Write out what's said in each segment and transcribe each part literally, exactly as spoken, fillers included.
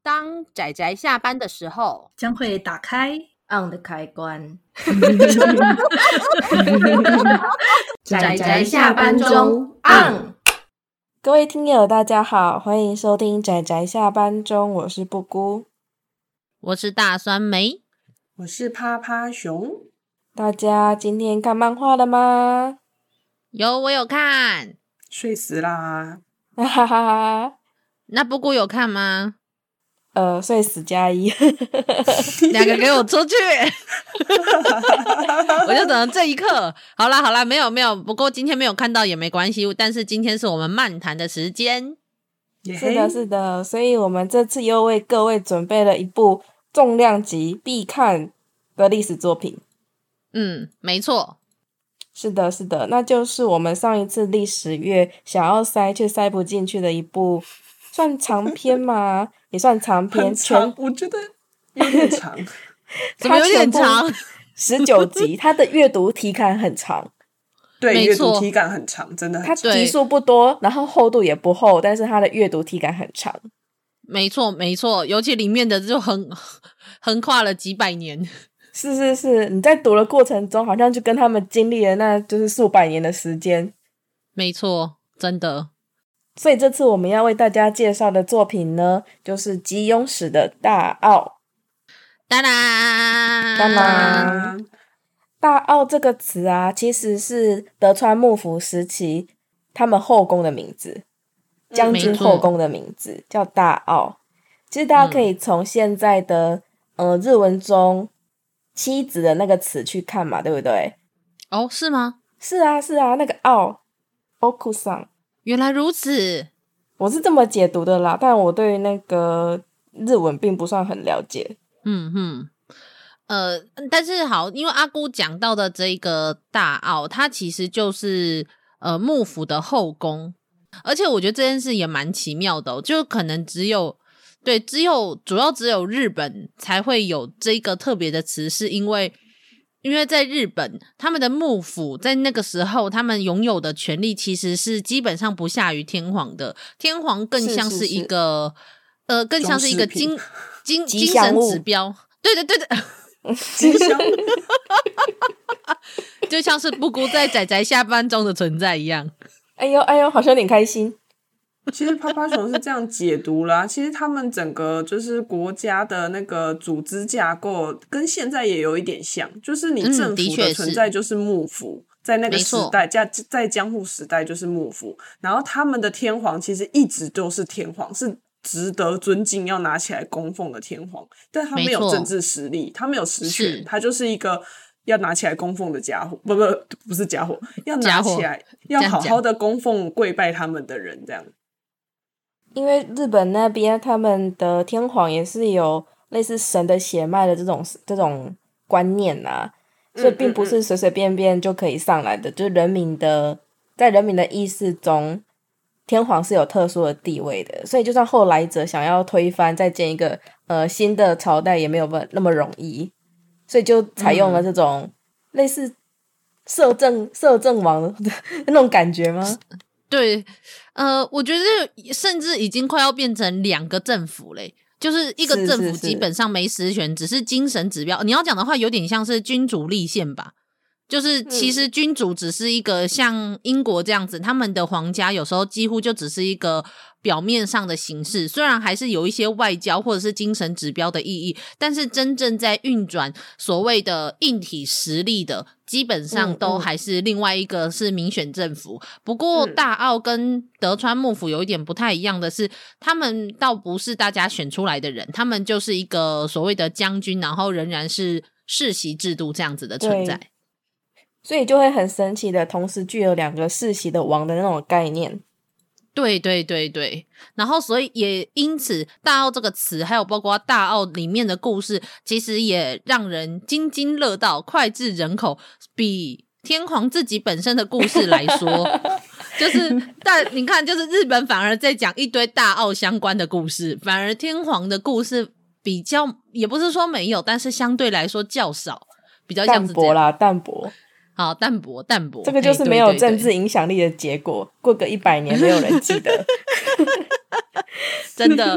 当宅宅下班的时候， 将会打开 on 的开关。 宅宅下班中 on。 各位听友大家好，欢迎收听宅宅下班中，我是布姑， 我是大酸梅， 我是趴趴熊。 大家今天看漫画了吗？ 有，我有看。 睡死啦！ 哈哈哈。 那布姑有看吗？ 呃，睡死加一， 两个给我出去！我就等了这一刻。好啦好啦，没有没有，不过今天没有看到也没关系，但是今天是我们漫谈的时间。 是的是的，所以我们这次又为各位准备了一部重量级必看的历史作品。 嗯，没错。 是的是的，那就是我们上一次历史月想要塞却塞不进去的一部，算长篇吗？也算长篇， 很长，我觉得有点长。 怎么有点长？ 十九集，它的阅读体感很长。 对，阅读体感很长，真的很长。 它集数不多，然后厚度也不厚，但是它的阅读体感很长。 没错没错，尤其里面的就横横跨了几百年。 是是是，你在读的过程中好像就跟他们经历了那就是数百年的时间。 没错，真的。 所以这次我们要为大家介绍的作品呢，就是吉永史的大奥。 当然当然大奥这个词啊，其实是德川幕府时期他们后宫的名字，将军后宫的名字、嗯、叫大奥。其实大家可以从现在的、嗯、呃日文中妻子的那个词去看嘛，对不对？ 哦，是吗？ 是啊是啊，那个奥奥桑， 原来如此， 我是这么解读的啦，但我对那个日文并不算很了解。 嗯哼，呃，但是好，因为阿姑讲到的这个大奥，它其实就是呃幕府的后宫，而且我觉得这件事也蛮奇妙的、哦，就可能只有对，只有主要只有日本才会有这个特别的词，是因为因为在日本，他们的幕府在那个时候，他们拥有的权力其实是基本上不下于天皇的，天皇更像是一个是是是呃，更像是一个精精精神指标，对对对对， 吉祥物， 就像是布姑在宅宅下班中的存在一样。 哎呦哎呦，好像有点开心。 其实趴趴熊是这样解读啦，其实他们整个就是国家的那个组织架构跟现在也有一点像，就是你政府的存在就是幕府、嗯、在那个时代在江户时代就是幕府，然后他们的天皇其实一直都是天皇，是值得尊敬要拿起来供奉的天皇，但他没有政治实力，他没有实权，他就是一个要拿起来供奉的家伙，不不不是家伙，要拿起来要好好的供奉跪拜他们的人这样。 因为日本那边他们的天皇也是有类似神的血脉的这种这种观念啊，所以并不是随随便便就可以上来的，嗯嗯嗯，就是人民的在人民的意识中天皇是有特殊的地位的，所以就算后来者想要推翻再建一个呃新的朝代也没有那么容易，所以就采用了这种类似摄政摄政王的那种感觉吗？ 对，呃，我觉得甚至已经快要变成两个政府嘞，就是一个政府基本上没实权，只是精神指标。你要讲的话有点像是君主立宪吧，就是其实君主只是一个像英国这样子，他们的皇家有时候几乎就只是一个表面上的形式，虽然还是有一些外交或者是精神指标的意义，但是真正在运转所谓的硬体实力的基本上都还是另外一个是民选政府。嗯嗯，不过大奥跟德川幕府有一点不太一样的是，他们倒不是大家选出来的人，他们就是一个所谓的将军，然后仍然是世袭制度这样子的存在， 所以就会很神奇的同时具有两个世袭的王的那种概念。 对对对对，然后所以也因此大奥这个词还有包括大奥里面的故事其实也让人津津乐道脍炙人口，比天皇自己本身的故事来说就是但你看就是日本反而在讲一堆大奥相关的故事，反而天皇的故事比较也不是说没有，但是相对来说较少，比较像是这样淡薄啦淡薄好淡薄淡薄， 这个就是没有政治影响力的结果，过个一百年没有人记得真的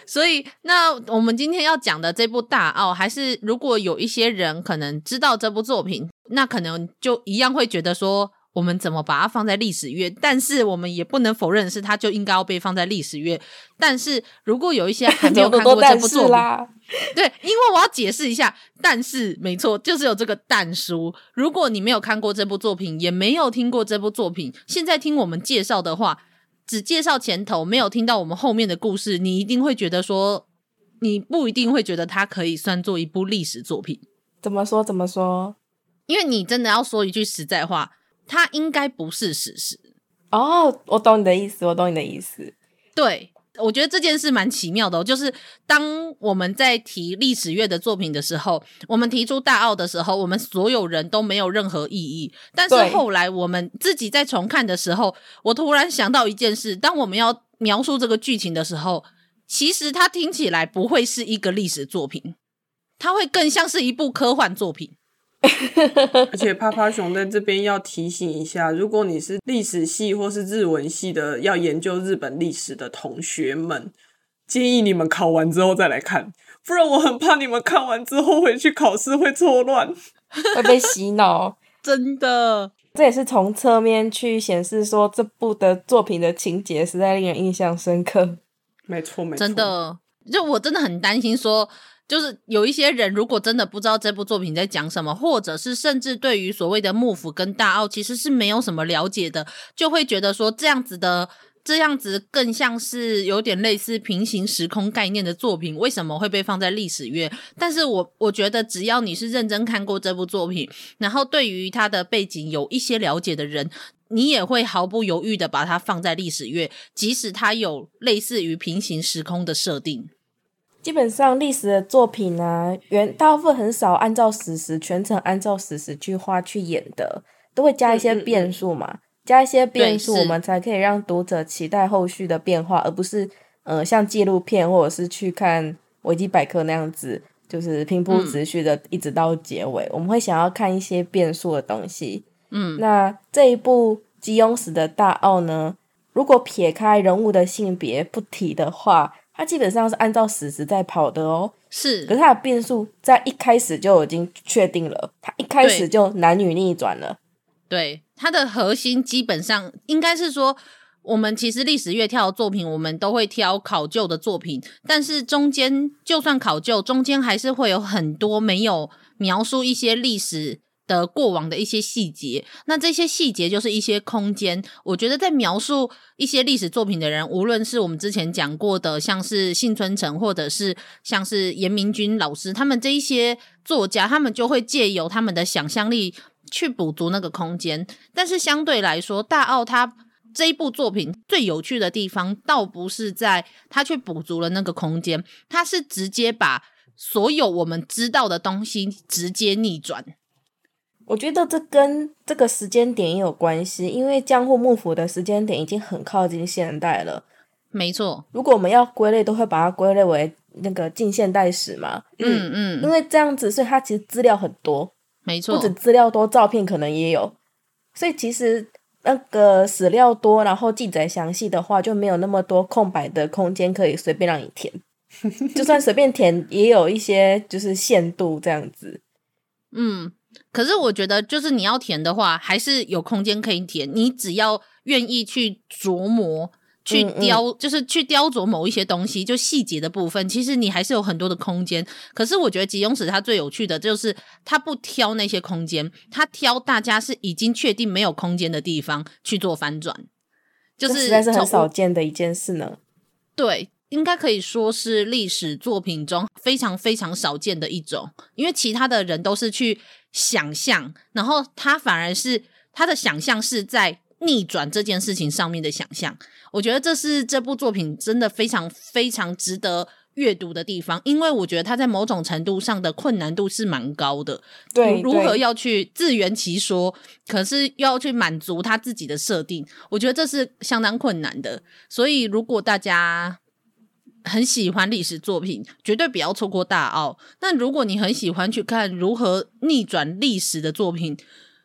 所以那我们今天要讲的这部大奥，还是如果有一些人可能知道这部作品，那可能就一样会觉得说我们怎么把它放在历史月，但是我们也不能否认是它就应该要被放在历史月。但是如果有一些还没有看过这部作品对，因为我要解释一下，但是没错，就是有这个但书。如果你没有看过这部作品，也没有听过这部作品，现在听我们介绍的话，只介绍前头，没有听到我们后面的故事，你一定会觉得说，你不一定会觉得它可以算作一部历史作品。 怎么说怎么说？ 因为你真的要说一句实在话，它应该不是史实。 哦，我懂你的意思，我懂你的意思。 对，我觉得这件事蛮奇妙的哦，就是当我们在提历史月的作品的时候，我们提出大奥的时候，我们所有人都没有任何异议，但是后来我们自己在重看的时候，我突然想到一件事，当我们要描述这个剧情的时候，其实它听起来不会是一个历史作品，它会更像是一部科幻作品。 而且趴趴熊在这边要提醒一下，如果你是历史系或是日文系的要研究日本历史的同学们，建议你们考完之后再来看，不然我很怕你们看完之后回去考试会错乱， 会被洗脑。 真的， 这也是从侧面去显示说这部的作品的情节实在令人印象深刻。 没错没错， 真的，就我真的很担心说，就是有一些人如果真的不知道这部作品在讲什么，或者是甚至对于所谓的幕府跟大奥其实是没有什么了解的，就会觉得说这样子的这样子更像是有点类似平行时空概念的作品，为什么会被放在历史月？但是我我觉得只要你是认真看过这部作品，然后对于它的背景有一些了解的人，你也会毫不犹豫的把它放在历史月，即使它有类似于平行时空的设定。 基本上历史的作品啊，原大部分很少按照史实全程按照史实去画去演的，都会加一些变数嘛，嗯嗯嗯加一些变数我们才可以让读者期待后续的变化，而不是呃像纪录片或者是去看维基百科那样子就是平铺直叙的一直到结尾、嗯、我们会想要看一些变数的东西。嗯，那这一部吉翁史的大奥呢，如果撇开人物的性别不提的话，它基本上是按照史实在跑的哦。 是， 可是它的变数在一开始就已经确定了，它一开始就男女逆转了。 对，它的核心基本上应该是说，我们其实历史月挑的作品我们都会挑考究的作品，但是中间就算考究，中间还是会有很多没有描述一些历史的过往的一些细节，那这些细节就是一些空间。我觉得在描述一些历史作品的人，无论是我们之前讲过的像是幸村成或者是像是严明君老师，他们这一些作家，他们就会借由他们的想象力去补足那个空间。但是相对来说，大奥他这一部作品最有趣的地方倒不是在他去补足了那个空间，他是直接把所有我们知道的东西直接逆转。 我觉得这跟这个时间点也有关系，因为江户幕府的时间点已经很靠近现代了。 没错， 如果我们要归类，都会把它归类为那个近现代史嘛。 嗯嗯， 因为这样子，所以它其实资料很多。 没错， 不止资料多，照片可能也有。所以其实那个史料多，然后记载详细的话，就没有那么多空白的空间可以随便让你填。就算随便填，也有一些就是限度这样子。 嗯。可是我觉得就是你要填的话还是有空间可以填，你只要愿意去琢磨去雕、嗯嗯、就是去雕琢某一些东西，就细节的部分其实你还是有很多的空间。可是我觉得吉翁史它最有趣的就是它不挑那些空间，它挑大家是已经确定没有空间的地方去做翻转，就是这实在是很少见的一件事呢。 对，应该可以说是历史作品中非常非常少见的一种，因为其他的人都是去想象，然后他反而是他的想象是在逆转这件事情上面的想象。我觉得这是这部作品真的非常非常值得阅读的地方，因为我觉得它在某种程度上的困难度是蛮高的。 对， 如何要去自圆其说，可是又要去满足他自己的设定，我觉得这是相当困难的。所以如果大家很喜欢历史作品，绝对不要错过大奥。那如果你很喜欢去看如何逆转历史的作品，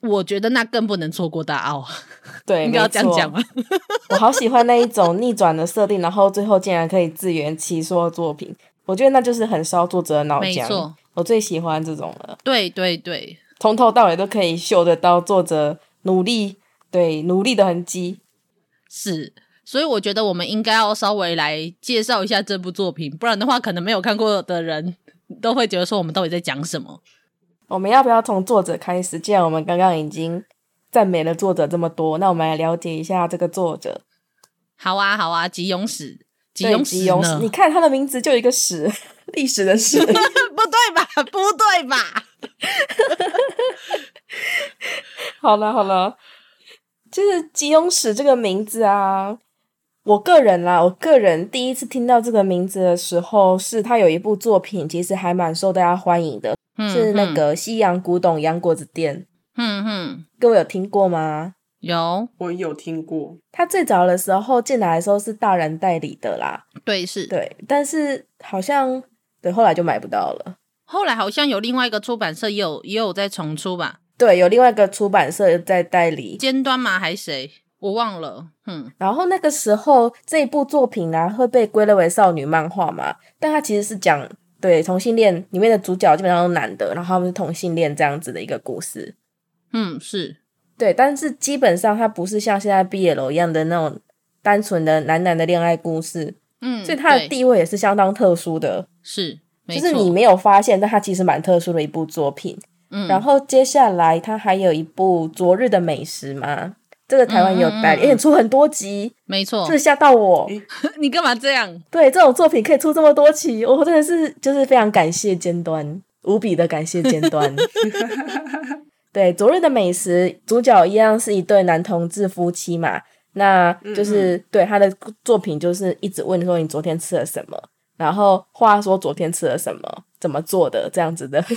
我觉得那更不能错过大奥。 对， 应该要这样讲吗？ 我好喜欢那一种逆转的设定，然后最后竟然可以自圆其说的作品，我觉得那就是很烧作者的脑浆。 没错， 我最喜欢这种了。 对对对， 从头到尾都可以嗅得到作者努力，对努力的痕迹。 是，所以我觉得我们应该要稍微来介绍一下这部作品，不然的话可能没有看过的人都会觉得说我们到底在讲什么。 我们要不要从作者开始？既然我们刚刚已经赞美了作者这么多，那我们来了解一下这个作者。 好啊好啊，吉永史。吉永史呢？ 你看他的名字就有一个史，历史的史。 不对吧不对吧好了好了，就是吉永史这个名字啊，我个人啦，我个人第一次听到这个名字的时候，是他有一部作品其实还蛮受大家欢迎的，嗯、是那个西洋古董洋果子店。 嗯嗯， 各位有听过吗？ 有， 我有听过。 他最早的时候进来的时候是大人代理的啦， 对，是， 对，但是好像对后来就买不到了。 后来好像有另外一个出版社也有也有在重出吧？ 对，有另外一个出版社在代理， 尖端吗？还是谁？我忘了。嗯， 然后那个时候这一部作品啊会被归类为少女漫画嘛，但它其实是讲对同性恋，里面的主角基本上都男的，然后他们是同性恋这样子的一个故事。 嗯，是。 对，但是基本上它不是像现在 B L 一样的那种单纯的男男的恋爱故事，嗯，所以它的地位也是相当特殊的， 是，没错， 就是你没有发现，但它其实蛮特殊的一部作品。嗯，然后接下来它还有一部《昨日的美食》嘛，这个台湾也有代理，而且、嗯嗯、出很多集， 没错， 这吓到我。 你干嘛这样？ 对，这种作品可以出这么多期，我真的是就是非常感谢尖端，无比的感谢尖端。对，昨日的美食主角一样是一对男同志夫妻嘛，那就是嗯嗯对他的作品就是一直问说你昨天吃了什么，然后话说昨天吃了什么，怎么做的这样子的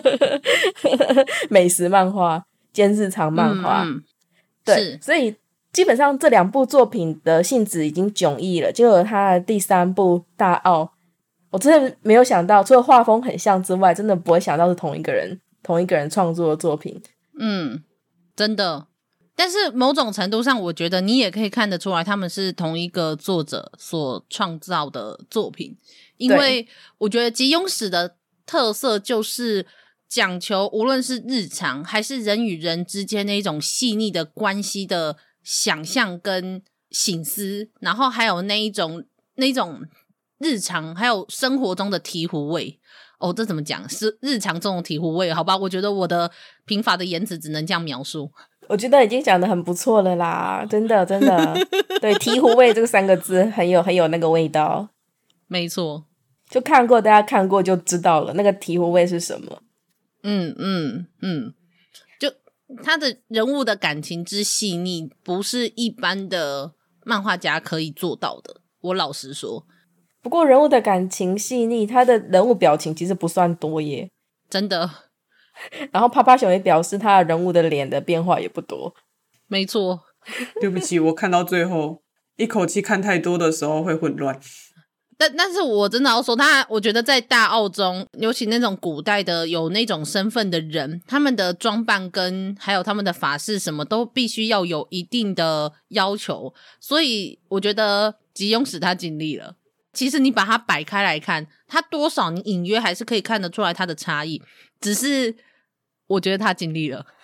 美食漫画兼日常漫画。嗯嗯对，所以基本上这两部作品的性质已经迥异了，结果他的第三部大奥，我真的没有想到，除了画风很像之外，真的不会想到是同一个人同一个人创作的作品。 嗯，真的。但是某种程度上我觉得你也可以看得出来他们是同一个作者所创造的作品，因为我觉得吉永史的特色就是讲求无论是日常还是人与人之间那一种细腻的关系的想象跟省思，然后还有那一种那一种日常还有生活中的醍醐味。哦，这怎么讲？是日常中的醍醐味，好吧？我觉得我的贫乏的言辞只能这样描述。 我觉得已经讲得很不错了啦，真的真的。对，醍醐味这个三个字很有很有那个味道。 没错， 就看过，大家看过就知道了，那个醍醐味是什么。 嗯嗯嗯，就他的人物的感情之细腻，不是一般的漫画家可以做到的。我老实说。 不过人物的感情细腻，他的人物表情其实不算多耶， 真的。 然后趴趴熊也表示他的人物的脸的变化也不多。 没错。 对不起，我看到最后一口气看太多的时候会混乱。 但但是我真的要说他，我觉得在大奥中，尤其那种古代的有那种身份的人，他们的装扮跟还有他们的法式什么都必须要有一定的要求，所以我觉得吉永史他尽力了。其实你把它摆开来看，它多少你隐约还是可以看得出来它的差异，只是我觉得他尽力了。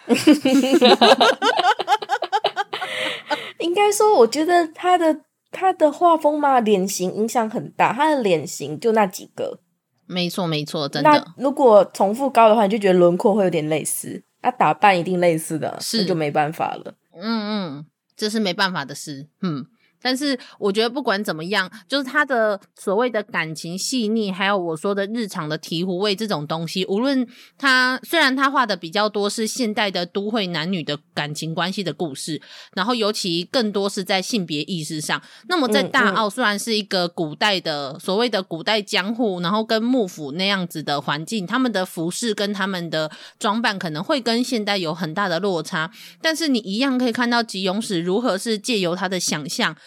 应该说我觉得他的他的画风嘛，脸型影响很大，他的脸型就那几个。 没错没错，真的。 那如果重复高的话，你就觉得轮廓会有点类似，那打扮一定类似的，是那就没办法了。 嗯嗯，这是没办法的事。嗯，但是我觉得不管怎么样，就是他的所谓的感情细腻，还有我说的日常的醍醐味这种东西，无论他虽然他画的比较多是现代的都会男女的感情关系的故事，然后尤其更多是在性别意识上，那么在大奥虽然是一个古代的、嗯、所谓的古代江户，然后跟幕府那样子的环境，他们的服饰跟他们的装扮可能会跟现代有很大的落差，但是你一样可以看到吉永史如何是借由他的想象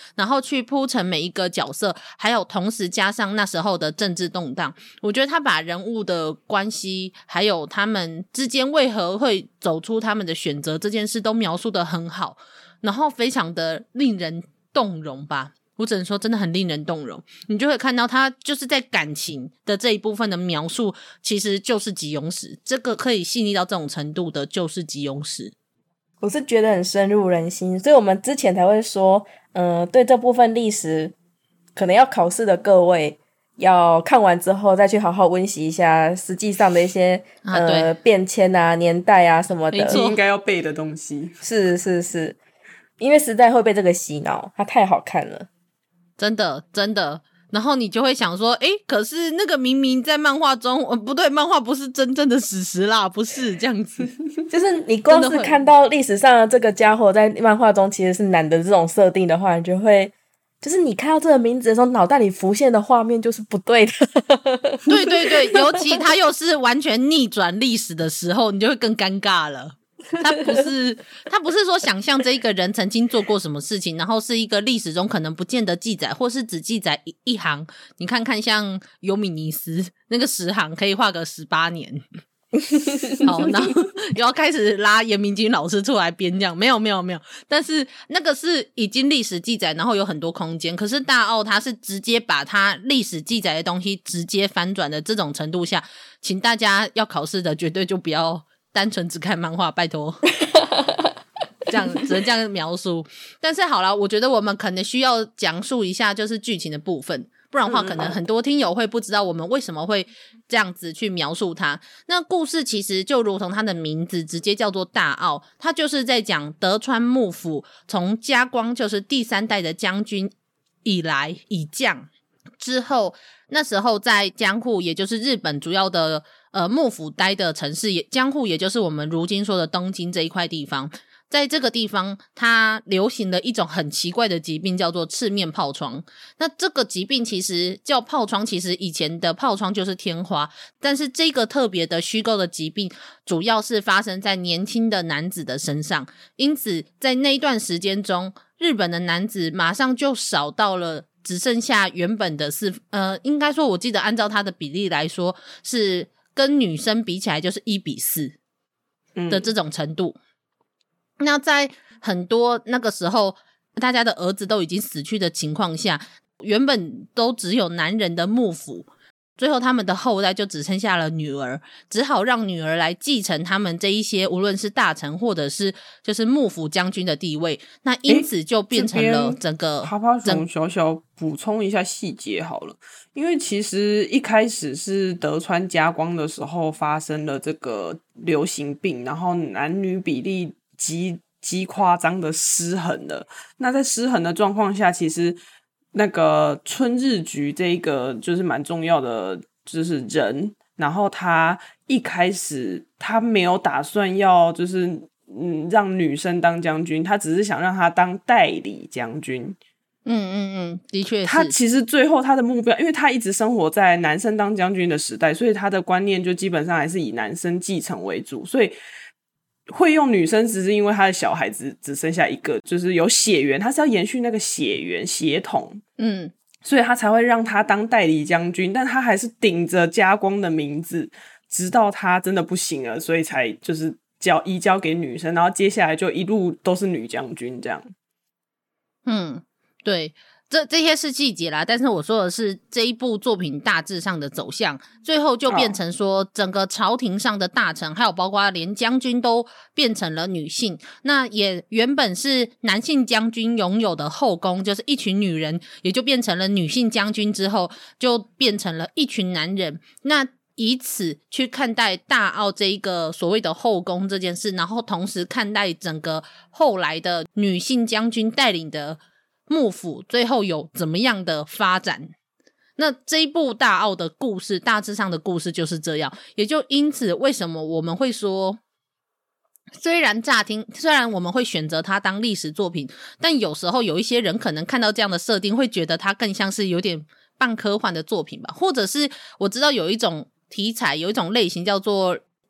然后去铺陈每一个角色，还有同时加上那时候的政治动荡。我觉得他把人物的关系还有他们之间为何会走出他们的选择这件事都描述得很好，然后非常的令人动容吧，我只能说真的很令人动容。你就会看到他就是在感情的这一部分的描述其实就是吉永史，这个可以细腻到这种程度的就是吉永史。 我是觉得很深入人心，所以我们之前才会说呃，对这部分历史可能要考试的各位要看完之后再去好好温习一下实际上的一些、啊、呃变迁啊年代啊什么的， 你应该要背的东西。 是是是，因为实在会被这个洗脑，它太好看了， 真的真的。然后你就会想说诶可是那个明明在漫画中、呃、不对，漫画不是真正的史实啦，不是这样子就是你光是看到历史上的这个家伙在漫画中其实是男的这种设定的话，你就会就是你看到这个名字的时候脑袋里浮现的画面就是不对的对对对，尤其他又是完全逆转历史的时候，你就会更尴尬了。他不是他不是说想象这一个人曾经做过什么事情，然后是一个历史中可能不见得记载，或是只记载 一, 一行。你看看像尤米尼斯那个十行可以画个十八年好，然后又要开始拉严明君老师出来编这样，没有没有没有，但是那个是已经历史记载，然后有很多空间。可是大奥他是直接把他历史记载的东西直接翻转的这种程度下，请大家要考试的绝对就不要单纯只看漫画，拜托这样只能这样描述。但是好啦，我觉得我们可能需要讲述一下就是剧情的部分，不然的话可能很多听友会不知道我们为什么会这样子去描述它。那故事其实就如同它的名字直接叫做大奥，它就是在讲德川幕府从家光就是第三代的将军以来以降之后，那时候在江户也就是日本主要的呃幕府待的城市，也江户也就是我们如今说的东京这一块地方，在这个地方它流行了一种很奇怪的疾病叫做赤面疱疮。那这个疾病其实叫疱疮，其实以前的疱疮就是天花，但是这个特别的虚构的疾病主要是发生在年轻的男子的身上，因此在那一段时间中日本的男子马上就少到了只剩下原本的四呃，应该说我记得按照它的比例来说是跟女生比起来就是一比四的这种程度、嗯、那在很多那个时候大家的儿子都已经死去的情况下，原本都只有男人的幕府最后他们的后代就只剩下了女儿，只好让女儿来继承他们这一些无论是大臣或者是就是幕府将军的地位，那因此就变成了整个趴趴熊小小补充一下细节好了，因为其实一开始是德川家光的时候发生了这个流行病，然后男女比例极极夸张的失衡了。那在失衡的状况下，其实那个春日局这一个就是蛮重要的就是人，然后他一开始他没有打算要就是嗯让女生当将军，他只是想让他当代理将军。 嗯嗯嗯，的确是。 他其实最后他的目标，因为他一直生活在男生当将军的时代，所以他的观念就基本上还是以男生继承为主，所以会用女生只是因为他的小孩子只剩下一个，就是有血缘，他是要延续那个血缘血统， 嗯， 所以他才会让他当代理将军，但他还是顶着家光的名字，直到他真的不行了，所以才就是交移交给女生，然后接下来就一路都是女将军这样。 嗯，对。这这些是细节啦，但是我说的是这一部作品大致上的走向，最后就变成说整个朝廷上的大臣、oh. 还有包括连将军都变成了女性，那也原本是男性将军拥有的后宫，就是一群女人，也就变成了女性将军之后就变成了一群男人，那以此去看待大奥这一个所谓的后宫这件事，然后同时看待整个后来的女性将军带领的幕府最后有怎么样的发展。那这一部大奥的故事大致上的故事就是这样，也就因此为什么我们会说虽然乍听虽然我们会选择它当历史作品，但有时候有一些人可能看到这样的设定会觉得它更像是有点半科幻的作品吧，或者是我知道有一种题材有一种类型叫做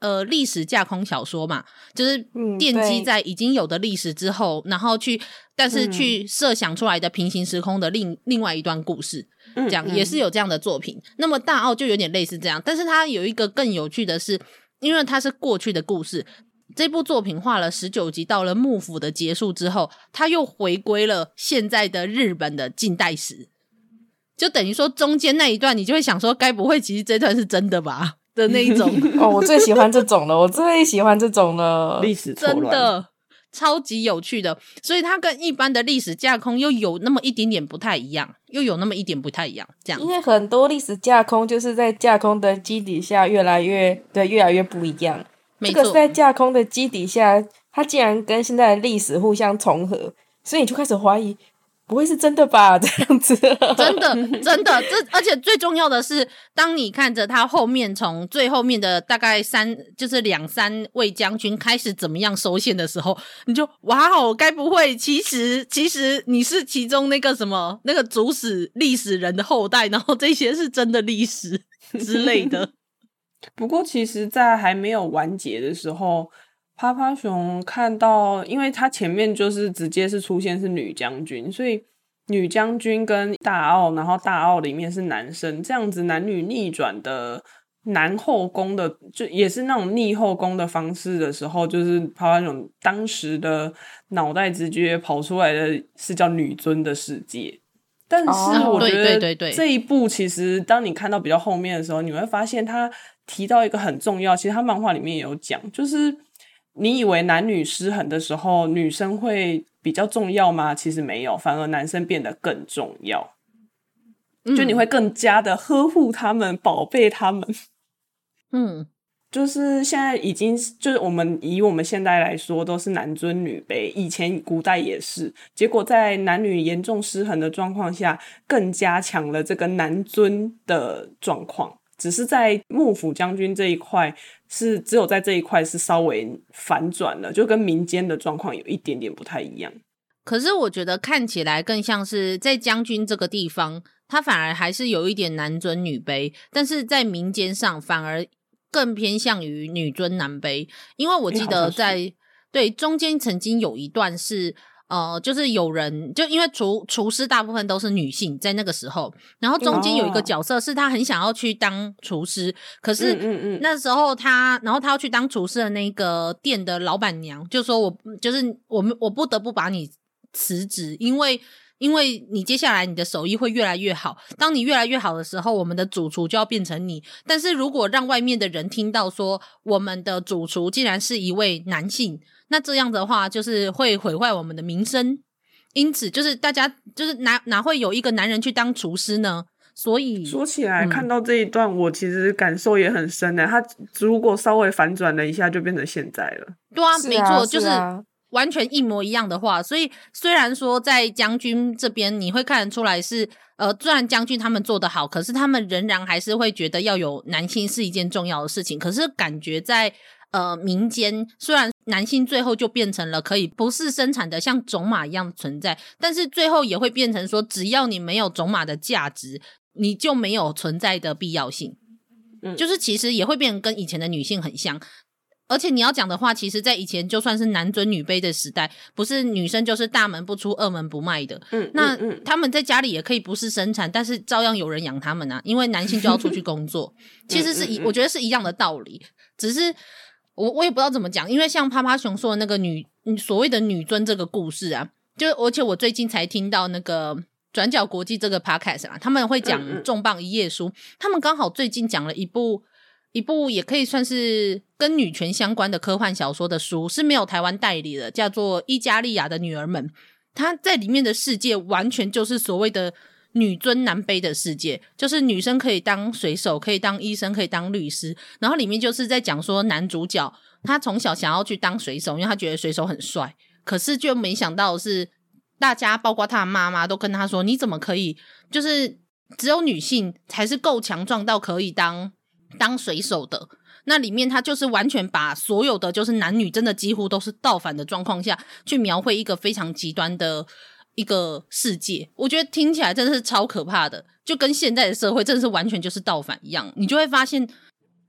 呃历史架空小说嘛，就是奠基在已经有的历史之后，然后去但是去设想出来的平行时空的另另外一段故事，这样也是有这样的作品。那么大奥就有点类似这样，但是它有一个更有趣的是，因为它是过去的故事，这部作品画了十九集，到了幕府的结束之后，它又回归了现在的日本的近代史，就等于说中间那一段你就会想说该不会其实这段是真的吧的那一种哦，我最喜欢这种了，我最喜欢这种了， 历史错乱， 真的超级有趣的，所以它跟一般的历史架空又有那么一点点不太一样，又有那么一点不太一样，这样子。 因为很多历史架空就是在架空的基底下越来越对越来越不一样， 没错， 这个是在架空的基底下，它竟然跟现在的历史互相重合，所以你就开始怀疑不会是真的吧，这样子真的真的这而且最重要的是，当你看着他后面从最后面的大概三就是两三位将军开始怎么样收线的时候，你就哇哦，该不会其实其实你是其中那个什么那个主使历史人的后代，然后这些是真的历史之类的不过其实在还没有完结的时候，趴趴熊看到，因为他前面就是直接是出现是女将军，所以女将军跟大奥，然后大奥里面是男生，这样子男女逆转的男后宫的，就也是那种逆后宫的方式的时候，就是趴趴熊当时的脑袋直觉跑出来的是叫女尊的世界。但是我觉得这一部其实当你看到比较后面的时候，你会发现他提到一个很重要，其实他漫画里面也有讲，就是你以为男女失衡的时候女生会比较重要吗？其实没有，反而男生变得更重要，就你会更加的呵护他们，宝贝他们。 嗯， 就是现在已经就是我们以我们现代来说都是男尊女卑，以前古代也是，结果在男女严重失衡的状况下更加强了这个男尊的状况，只是在幕府将军这一块是只有在这一块是稍微反转了，就跟民间的状况有一点点不太一样。 可是我觉得看起来更像是在将军这个地方他反而还是有一点男尊女卑，但是在民间上反而更偏向于女尊男卑。因为我记得在对中间曾经有一段是呃，就是有人就因为厨厨师大部分都是女性在那个时候，然后中间有一个角色是他很想要去当厨师，可是那时候他然后他要去当厨师的那个店的老板娘就说我就是我我不得不把你辞职，因为因为你接下来你的手艺会越来越好，当你越来越好的时候我们的主厨就要变成你，但是如果让外面的人听到说我们的主厨竟然是一位男性，那这样的话就是会毁坏我们的名声，因此就是大家就是哪哪会有一个男人去当厨师呢？所以说起来、嗯、看到这一段我其实感受也很深的，他如果稍微反转了一下就变成现在了。 对啊， 是啊没错，就是是啊完全一模一样的话，所以虽然说在将军这边你会看得出来是呃，虽然将军他们做得好，可是他们仍然还是会觉得要有男性是一件重要的事情，可是感觉在呃民间虽然男性最后就变成了可以不是生产的像种马一样存在，但是最后也会变成说只要你没有种马的价值你就没有存在的必要性、嗯、就是其实也会变成跟以前的女性很像。而且你要讲的话，其实在以前就算是男尊女卑的时代，不是女生就是大门不出二门不迈的，嗯，那他们在家里也可以不是生产，但是照样有人养他们啊，因为男性就要出去工作其实是一我觉得是一样的道理，只是我我也不知道怎么讲，因为像趴趴熊说的那个女所谓的女尊这个故事啊，就而且我最近才听到那个转角国际这个 podcast 啊，他们会讲重磅一页书、嗯嗯、他们刚好最近讲了一部一部也可以算是跟女权相关的科幻小说的书，是没有台湾代理的，叫做伊加利亚的女儿们。她在里面的世界完全就是所谓的女尊男卑的世界，就是女生可以当水手，可以当医生，可以当律师，然后里面就是在讲说男主角他从小想要去当水手，因为他觉得水手很帅，可是就没想到是大家包括他的妈妈都跟他说你怎么可以，就是只有女性才是够强壮到可以当当水手的。那里面他就是完全把所有的就是男女真的几乎都是倒反的状况下去描绘一个非常极端的一个世界，我觉得听起来真的是超可怕的，就跟现在的社会真的是完全就是倒反一样。你就会发现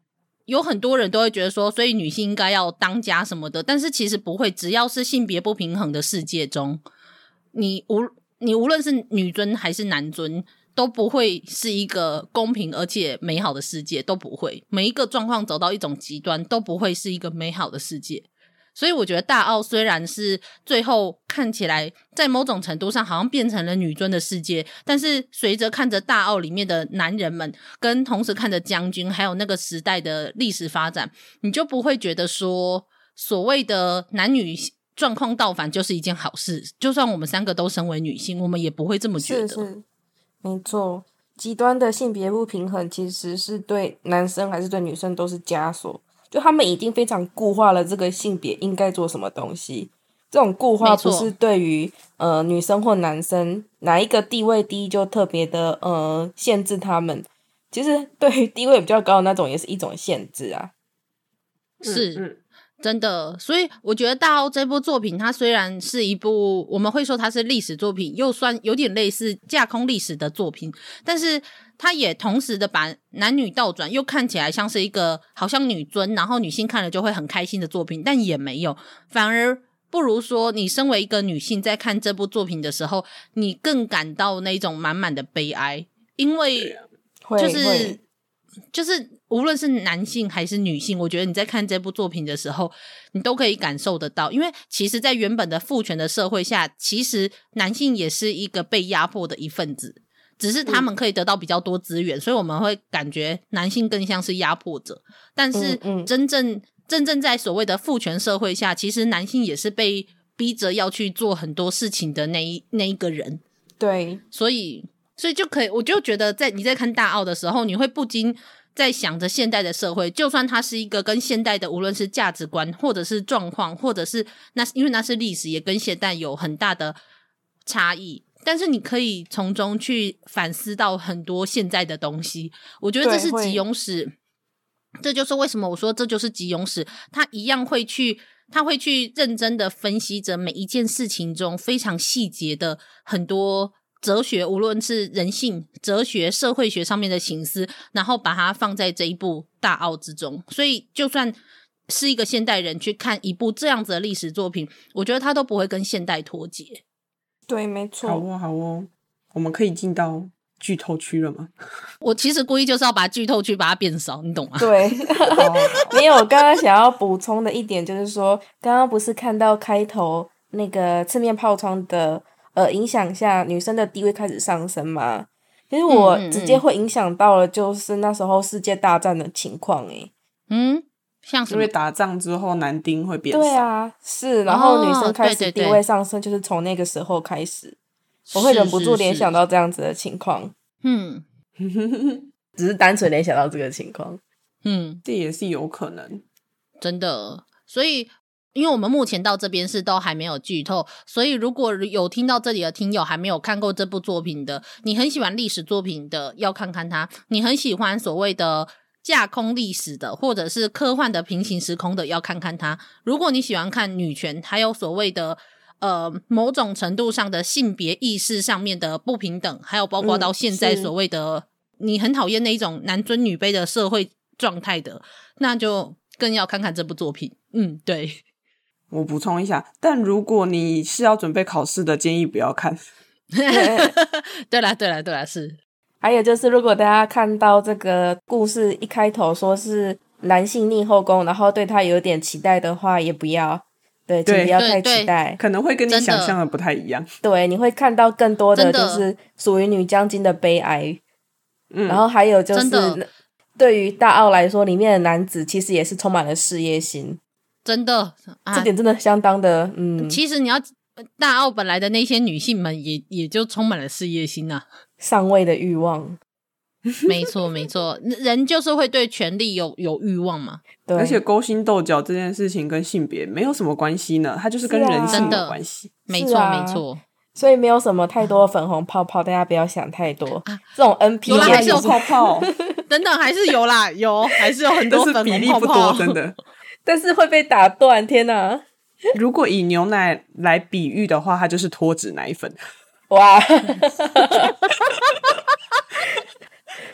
有很多人都会觉得说，所以女性应该要当家什么的，但是其实不会，只要是性别不平衡的世界中，你无你无论是女尊还是男尊，都不会是一个公平而且美好的世界，都不会，每一个状况走到一种极端都不会是一个美好的世界。所以我觉得大奥虽然是最后看起来在某种程度上好像变成了女尊的世界，但是随着看着大奥里面的男人们跟同时看着将军还有那个时代的历史发展，你就不会觉得说所谓的男女状况倒反就是一件好事，就算我们三个都身为女性，我们也不会这么觉得。 是是没错，极端的性别不平衡其实是对男生还是对女生都是枷锁，就他们已经非常固化了这个性别应该做什么东西。这种固化不是对于呃女生或男生哪一个地位低就特别的呃限制他们，其实对于地位比较高的那种也是一种限制啊。 是、 嗯嗯真的，所以我觉得大奥这部作品它虽然是一部我们会说它是历史作品，又算有点类似架空历史的作品，但是它也同时的把男女倒转，又看起来像是一个好像女尊然后女性看了就会很开心的作品，但也没有，反而不如说你身为一个女性在看这部作品的时候，你更感到那种满满的悲哀，因为就是就是无论是男性还是女性，我觉得你在看这部作品的时候你都可以感受得到，因为其实在原本的父权的社会下，其实男性也是一个被压迫的一份子，只是他们可以得到比较多资源、嗯、所以我们会感觉男性更像是压迫者，但是真正、嗯嗯、真正在所谓的父权社会下，其实男性也是被逼着要去做很多事情的那一那一个人。 对， 所以所以就可以，我就觉得在你在看大奥的时候，你会不禁在想着现代的社会，就算它是一个跟现代的无论是价值观或者是状况，或者是那因为那是历史，也跟现代有很大的差异，但是你可以从中去反思到很多现在的东西。我觉得这是吉永史，这就是为什么我说这就是吉永史，他一样会去他会去认真的分析着每一件事情中非常细节的很多哲学，无论是人性、哲学、社会学上面的形思，然后把它放在这一部大奥之中。所以就算是一个现代人去看一部这样子的历史作品，我觉得他都不会跟现代脱节。 对，没错。 好哦好哦，我们可以进到剧透区了吗？ 我其实故意就是要把剧透区把它变少，你懂吗？ 对没有，我刚刚想要补充的一点就是说，刚刚不是看到开头那个四面炮窗的呃，影响下女生的地位开始上升嘛？其实我直接会影响到了，就是那时候世界大战的情况诶。 嗯，像什么？ 因为打仗之后男丁会变少。 对啊，是，然后女生开始地位上升，就是从那个时候开始。哦、对对对，我会忍不住联想到这样子的情况。嗯，只是单纯联想到这个情况。 嗯， 这也是有可能， 真的。所以。因为我们目前到这边是都还没有剧透，所以如果有听到这里的听友还没有看过这部作品的，你很喜欢历史作品的要看看它，你很喜欢所谓的架空历史的或者是科幻的平行时空的要看看它，如果你喜欢看女权还有所谓的呃某种程度上的性别意识上面的不平等，还有包括到现在所谓的、嗯、你很讨厌那一种男尊女卑的社会状态的，那就更要看看这部作品。嗯，对。 我补充一下，但如果你是要准备考试的，建议不要看。 对啦对啦对啦，是。 还有就是如果大家看到这个故事一开头说是男性逆后宫，然后对他有点期待的话，也不要对请不要太期待， 可能会跟你想象的不太一样。 对，你会看到更多的就是属于女将军的悲哀。嗯，然后还有就是对于大奥来说，里面的男子其实也是充满了事业心。 真的、啊、 这点真的相当的嗯， 其实你要大奥本来的那些女性们也也就充满了事业心啊， 上位的欲望。 没错没错，人就是会对权力有有欲望嘛。 对， 而且勾心斗角这件事情跟性别没有什么关系呢，它就是跟人性有关系、啊、 没错、啊、没错， 所以没有什么太多粉红泡泡、啊、大家不要想太多、啊、这种 N P 有啦还是有泡泡等等还是有啦，有还是有很多粉红泡泡，但是比例不多， 真的但是会被打断，天哪！ 如果以牛奶来比喻的话，它就是脱脂奶粉。 哇！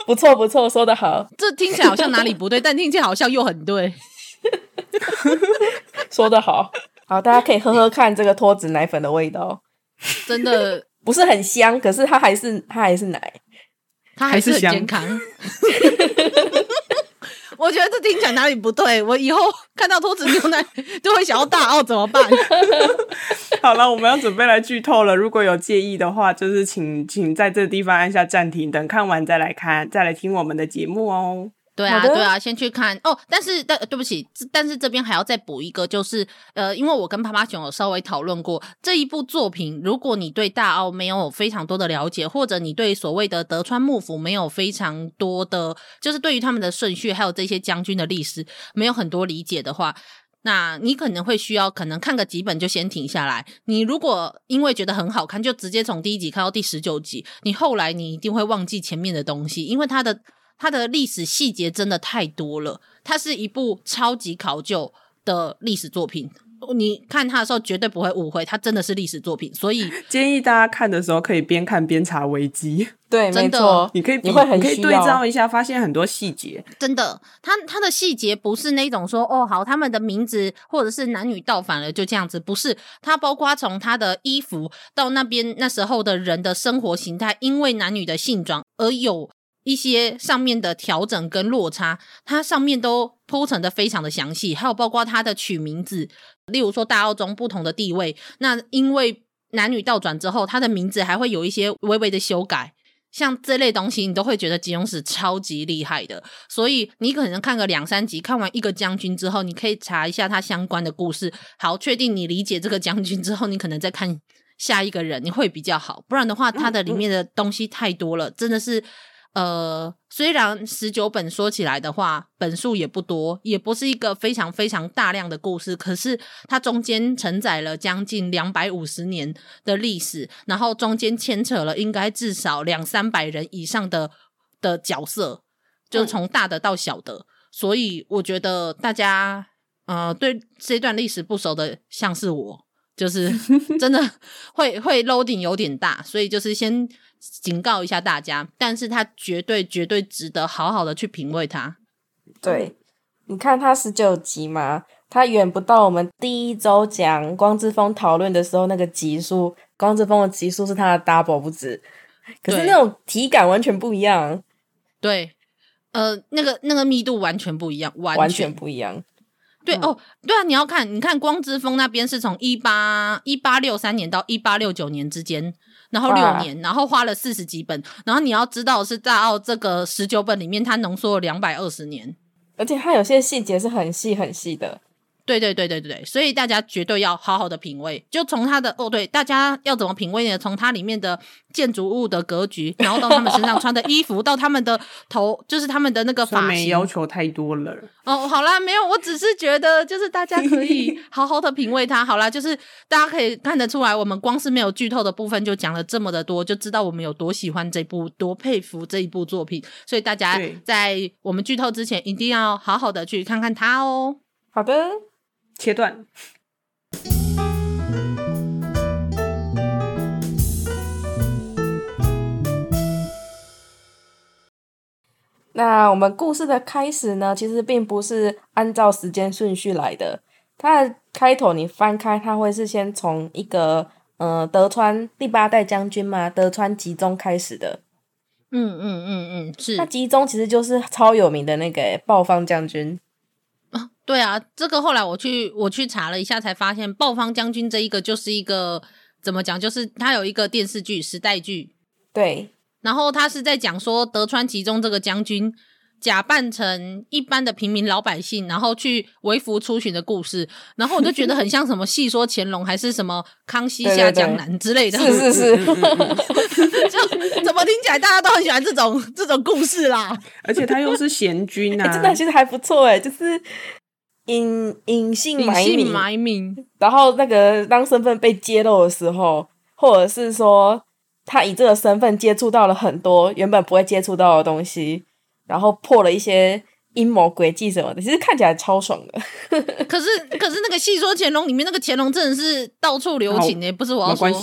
不错不错，说得好。 这听起来好像哪里不对，但听起来好像又很对。 说得好，好，大家可以喝喝看这个脱脂奶粉的味道， 真的不是很香，可是它还是它还是奶， 它还是很健康。我觉得这听起来哪里不对，我以后看到脱脂牛奶就会想要大奥怎么办？ 好了，我们要准备来剧透了，如果有介意的话，就是请请在这个地方按下暂停，等看完再来看，再来听我们的节目哦。 对啊，对啊，先去看哦。但是，但对不起，但是这边还要再补一个，就是呃，因为我跟趴趴熊有稍微讨论过这一部作品，如果你对大奥没有非常多的了解，或者你对所谓的德川幕府没有非常多的，就是对于他们的顺序还有这些将军的历史没有很多理解的话，那你可能会需要可能看个几本就先停下来。你如果因为觉得很好看，就直接从第一集看到第十九集，你后来你一定会忘记前面的东西，因为它的它的历史细节真的太多了，它是一部超级考究的历史作品，你看它的时候绝对不会误会，它真的是历史作品，所以建议大家看的时候可以边看边查维基。 对，没错， 你可以你会很你可以对照一下，发现很多细节。 真的，它它的细节不是那种说哦好，他们的名字或者是男女倒反了就这样子，不是，它包括从他的衣服到那边那时候的人的生活形态，因为男女的性状而有一些上面的调整跟落差，它上面都铺陈的非常的详细，还有包括它的取名字，例如说大奥中不同的地位，那因为男女倒转之后，它的名字还会有一些微微的修改，像这类东西你都会觉得金庸是超级厉害的，所以你可能看个两三集，看完一个将军之后，你可以查一下他相关的故事，好，确定你理解这个将军之后，你可能再看下一个人，你会比较好，不然的话它的里面的东西太多了，真的是呃，虽然十九本说起来的话本数也不多，也不是一个非常非常大量的故事，可是它中间承载了将近两百五十年的历史，然后中间牵扯了应该至少两三百人以上的的角色，就是从大的到小的、嗯、所以我觉得大家呃对这段历史不熟的像是我，就是真的会会 loading 有点大，所以就是先警告一下大家，但是它绝对绝对值得好好的去品味它。 对，你看它十九集嘛，它远不到我们第一周讲光之风讨论的时候那个集数，光之风的集数是它的 double 不止，可是那种体感完全不一样。 对，呃，那个那个密度完全不一样，完全, 完全不一样。 对、嗯、哦，对啊，你要看，你看光之风那边是从一八一八六三年到一八六九年之间，然后六年，然后花了四十几本，然后你要知道是大奥这个十九本里面，它浓缩了两百二十年， 而且它有些细节是很细很细的。 对对对对对，所以大家绝对要好好的品味，就从它的哦对，大家要怎么品味呢？从它里面的建筑物的格局，然后到他们身上穿的衣服，到他们的头，就是他们的那个发型。 没要求太多了哦。好啦，没有，我只是觉得就是大家可以好好的品味它。好啦，就是大家可以看得出来，我们光是没有剧透的部分就讲了这么的多，就知道我们有多喜欢这部，多佩服这一部作品。所以大家在我们剧透之前，一定要好好的去看看它哦。 好的。 切断。 那我们故事的开始呢，其实并不是按照时间顺序来的。它的开头你翻开，它会是先从一个呃德川第八代将军嘛，德川吉宗开始的。 嗯嗯嗯嗯，是。 那吉宗其实就是超有名的那个暴方将军。 啊，对啊，这个后来我去我去查了一下，才发现暴方将军这一个就是一个怎么讲，就是他有一个电视剧时代剧， 对， 然后他是在讲说德川吉宗这个将军假扮成一般的平民老百姓，然后去微服出巡的故事，然后我就觉得很像什么戏说乾隆还是什么康熙下江南之类的， 对对对是是是就怎么听起来大家都很喜欢这种这种故事啦， 而且他又是贤君啊、 欸、真的其实还不错耶，就是隐隐姓埋名， 隐姓埋名， 然后那个当身份被揭露的时候，或者是说他以这个身份接触到了很多原本不会接触到的东西，然后破了一些阴谋诡计什么的，其实看起来超爽的。 可是可是那个戏说乾隆里面那个乾隆真的是到处留情耶，不是我要说。 没关系，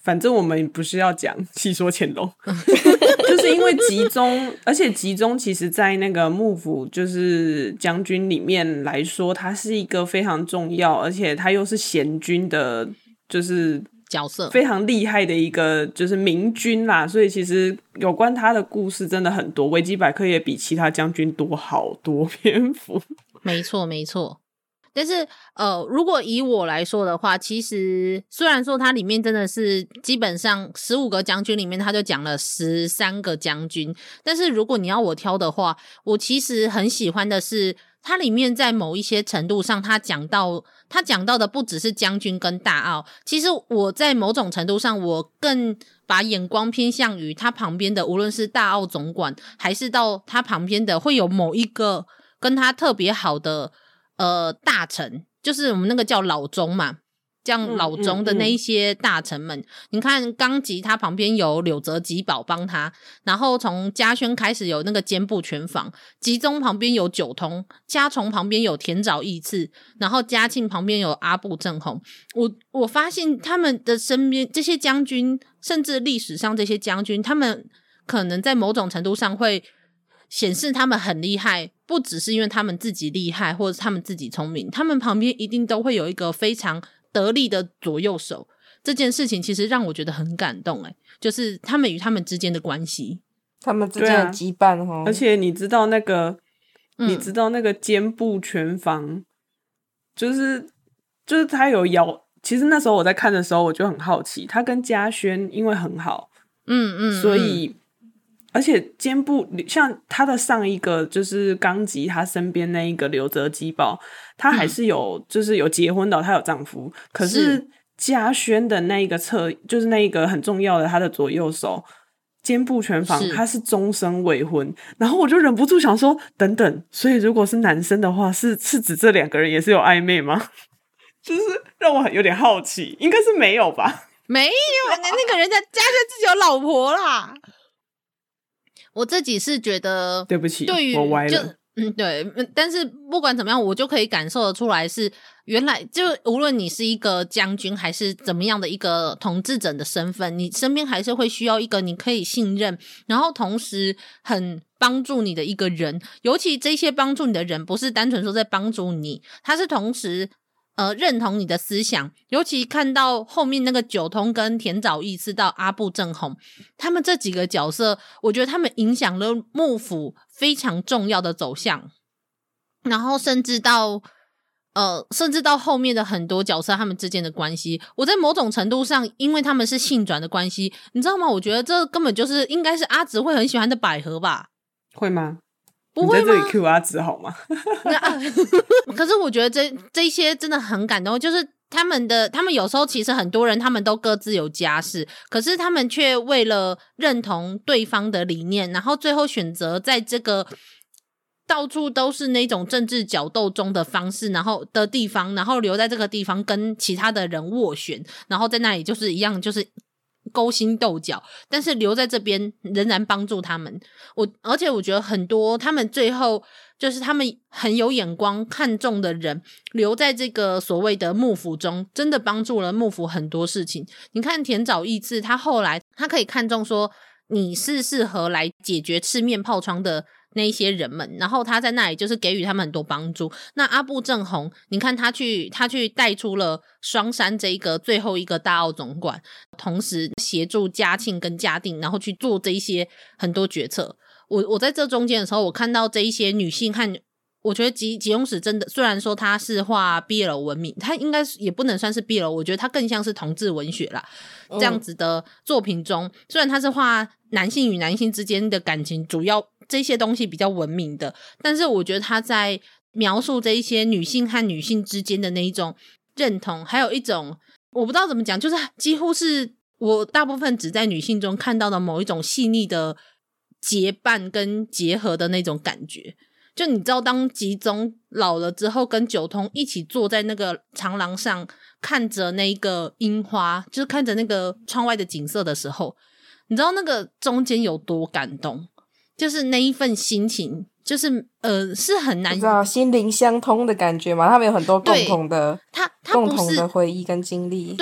反正我们不是要讲戏说乾隆就是因为吉宗，而且吉宗其实在那个幕府就是将军里面来说，他是一个非常重要，而且他又是贤君的就是角色， 非常厉害的一个就是明君啦，所以其实有关他的故事真的很多，维基百科也比其他将军多好多篇幅。 没错没错。但是呃，如果以我来说的话，其实虽然说它里面真的是基本上十五个将军里面他就讲了十三个将军，但是如果你要我挑的话，我其实很喜欢的是它里面在某一些程度上他讲到他讲到的不只是将军跟大奥，其实我在某种程度上我更把眼光偏向于他旁边的，无论是大奥总管还是到他旁边的会有某一个跟他特别好的呃，大臣，就是我们那个叫老中嘛，这样老中的那一些大臣们，嗯嗯嗯、你看刚吉他旁边有柳泽吉保帮他，然后从嘉轩开始有那个兼部全房，吉宗旁边有九通，嘉崇旁边有田沼义次，然后嘉庆旁边有阿部正弘。我我发现他们的身边这些将军，甚至历史上这些将军，他们可能在某种程度上会显示他们很厉害，不只是因为他们自己厉害或者他们自己聪明，他们旁边一定都会有一个非常得力的左右手。这件事情其实让我觉得很感动，欸，就是他们与他们之间的关系， 他们之间的羁绊，啊， 而且你知道那个、嗯、你知道那个兼部全房就是就是他有摇，其实那时候我在看的时候我就很好奇，他跟嘉轩因为很好， 嗯 嗯, 嗯， 所以而且兼部像他的上一个就是刚吉他身边那一个柳泽吉保，他还是有、嗯、就是有结婚的，他有丈夫，可是嘉轩的那一个侧就是那一个很重要的他的左右手兼部全房，他是终身未婚，然后我就忍不住想说等等，所以如果是男生的话是是指这两个人也是有暧昧吗？就是让我有点好奇，应该是没有吧？ 没有，那个人家嘉轩自己有老婆啦。我自己是觉得， 对不起， 对于我歪了。 嗯，对，但是不管怎么样，我就可以感受得出来是，原来就无论你是一个将军还是怎么样的一个统治者的身份，你身边还是会需要一个你可以信任，然后同时很帮助你的一个人。尤其这些帮助你的人，不是单纯说在帮助你，他是同时呃，认同你的思想。尤其看到后面那个九通跟田沼义次到阿部正弘，他们这几个角色，我觉得他们影响了幕府非常重要的走向，然后甚至到呃，甚至到后面的很多角色他们之间的关系，我在某种程度上因为他们是性转的关系，你知道吗？我觉得这根本就是应该是阿直会很喜欢的百合吧。 会吗？ 不会吗？ 你在这里 Q 阿直好吗？ 可是我觉得这这些真的很感动，就是他们的他们有时候其实很多人他们都各自有家室，可是他们却为了认同对方的理念，然后最后选择在这个到处都是那种政治角斗中的方式，然后的地方，然后留在这个地方跟其他的人斡旋，然后在那里就是一样就是勾心斗角，但是留在这边仍然帮助他们。我而且我觉得很多他们最后就是他们很有眼光看重的人留在这个所谓的幕府中，真的帮助了幕府很多事情。你看田沼义次，他后来他可以看重说你是适合来解决赤面疱疮的那一些人们，然后他在那里就是给予他们很多帮助。那阿部正弘，你看他去他去带出了双山这一个最后一个大奥总管，同时协助嘉庆跟嘉定，然后去做这一些很多决策。我我在这中间的时候，我看到这一些女性和我觉得吉吉永史真的，虽然说他是画 B L 文明，他应该也不能算是 B L， 我觉得他更像是同志文学啦。这样子的作品中，虽然他是画男性与男性之间的感情，主要这些东西比较文明的，但是我觉得他在描述这一些女性和女性之间的那一种认同，还有一种我不知道怎么讲，就是几乎是我大部分只在女性中看到的某一种细腻的结伴跟结合的那种感觉。就你知道当吉宗老了之后跟九通一起坐在那个长廊上看着那个樱花，就是看着那个窗外的景色的时候，你知道那个中间有多感动，就是那一份心情就是呃是很难， 你知道心灵相通的感觉吗？他们有很多共同的他他共同的回忆跟经历。 对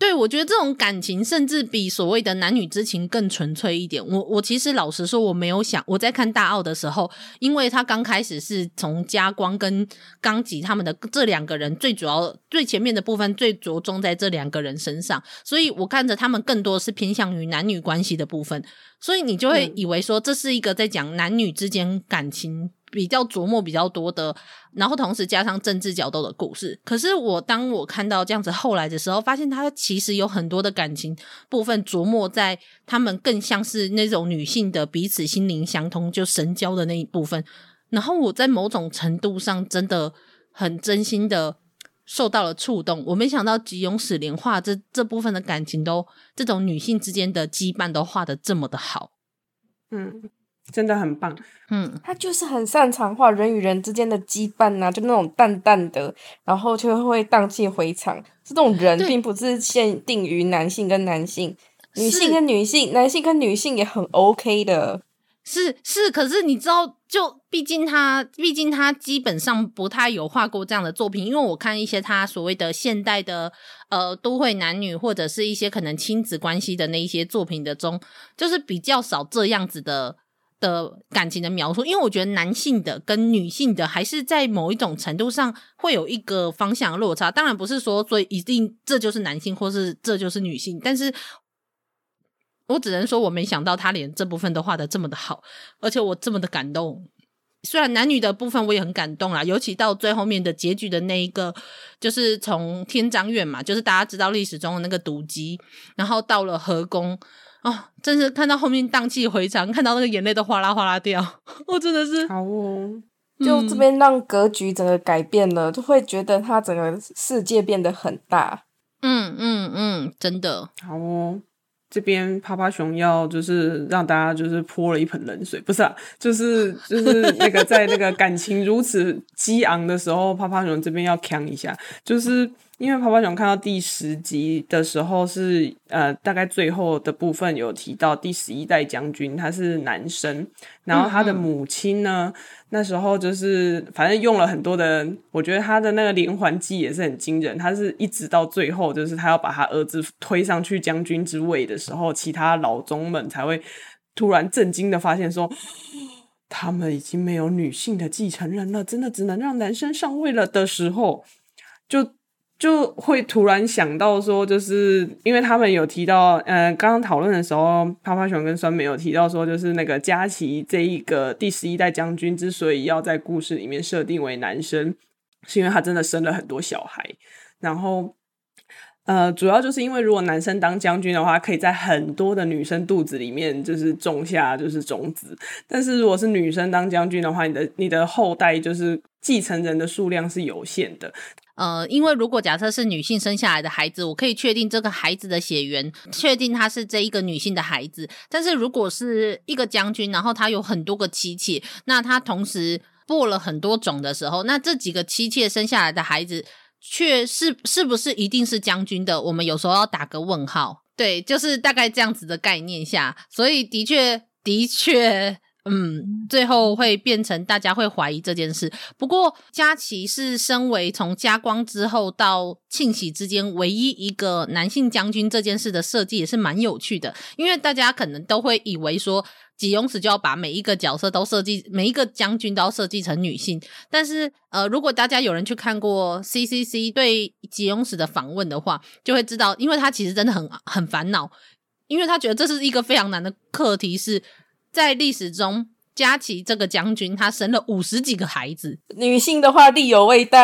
对，我觉得这种感情甚至比所谓的男女之情更纯粹一点。我我其实老实说，我没有想，我在看大奥的时候，因为他刚开始是从家光跟刚吉他们的这两个人最主要最前面的部分最着重在这两个人身上，所以我看着他们更多是偏向于男女关系的部分，所以你就会以为说这是一个在讲男女之间感情比较琢磨比较多的，然后同时加上政治角斗的故事。可是我当我看到这样子后来的时候，发现他其实有很多的感情部分琢磨在他们更像是那种女性的彼此心灵相通就神交的那一部分，然后我在某种程度上真的很真心的受到了触动。我没想到吉永史连画这这部分的感情都这种女性之间的羁绊都画得这么的好。 嗯，真的很棒。 嗯， 他就是很擅长画人与人之间的羁绊啊，就那种淡淡的，然后就会荡气回肠。这种人并不是限定于男性跟男性，女性跟女性，男性跟女性也很 OK 的。 是是，可是你知道，就毕竟他毕竟他基本上不太有画过这样的作品，因为我看一些他所谓的现代的呃都会男女或者是一些可能亲子关系的那一些作品的中，就是比较少这样子的的感情的描述。因为我觉得男性的跟女性的还是在某一种程度上会有一个方向落差，当然不是说所以一定这就是男性或是这就是女性，但是我只能说我没想到他连这部分都画得这么的好，而且我这么的感动。虽然男女的部分我也很感动啦，尤其到最后面的结局的那一个，就是从天章院嘛，就是大家知道历史中的那个毒鸡，然后到了河宫哦，真是看到后面荡气回肠，看到那个眼泪都哗啦哗啦掉，我真的是好哦， 就这边让格局整个改变了，就会觉得他整个世界变得很大。 嗯嗯嗯，真的好哦。这边趴趴熊要就是让大家就是泼了一盆冷水，不是啊，就是就是那个在那个感情如此激昂的时候，趴趴熊这边要呛一下，就是因为趴趴熊看到第十集的时候是呃大概最后的部分有提到第十一代将军他是男生，然后他的母亲呢、嗯、那时候就是反正用了很多的，我觉得他的那个连环计也是很惊人，他是一直到最后就是他要把他儿子推上去将军之位的时候，其他老宗们才会突然震惊的发现说他们已经没有女性的继承人了，真的只能让男生上位了的时候，就就会突然想到说，就是因为他们有提到呃刚刚讨论的时候，趴趴熊跟酸梅有提到说，就是那个佳琪这一个第十一代将军之所以要在故事里面设定为男生，是因为他真的生了很多小孩，然后呃，主要就是因为如果男生当将军的话，可以在很多的女生肚子里面就是种下就是种子，但是如果是女生当将军的话，你的你的后代就是继承人的数量是有限的。 呃，因为如果假设是女性生下来的孩子，我可以确定这个孩子的血缘，确定他是这一个女性的孩子。但是如果是一个将军，然后他有很多个妻妾，那他同时播了很多种的时候，那这几个妻妾生下来的孩子却是是不是一定是将军的，我们有时候要打个问号。对，就是大概这样子的概念下，所以的确的确嗯，最后会变成大家会怀疑这件事。不过佳琪是身为从家光之后到庆喜之间唯一一个男性将军，这件事的设计也是蛮有趣的，因为大家可能都会以为说吉永史就要把每一个角色都设计，每一个将军都要设计成女性，但是呃，如果大家有人去看过 C C C 对吉永史的访问的话，就会知道，因为他其实真的很很烦恼，因为他觉得这是一个非常难的课题，是在历史中佳琪这个将军他生了五十几个孩子， 女性的话力有未逮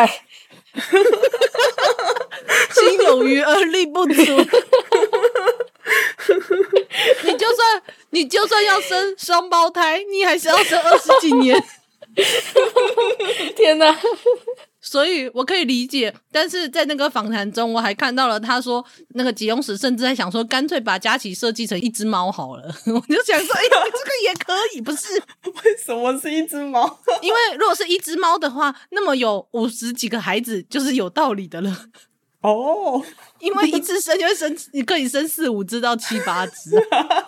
心有余而力不足你就算你就算要生双胞胎，你还是要生二十几年天哪所以我可以理解，但是在那个访谈中我还看到了他说那个吉永史甚至在想说干脆把佳琪设计成一只猫好了我就想说哎、欸，这个也可以不是为什么是一只猫因为如果是一只猫的话，那么有五十几个孩子就是有道理的了哦， 因为一次生就会生，你可以生四五只到七八只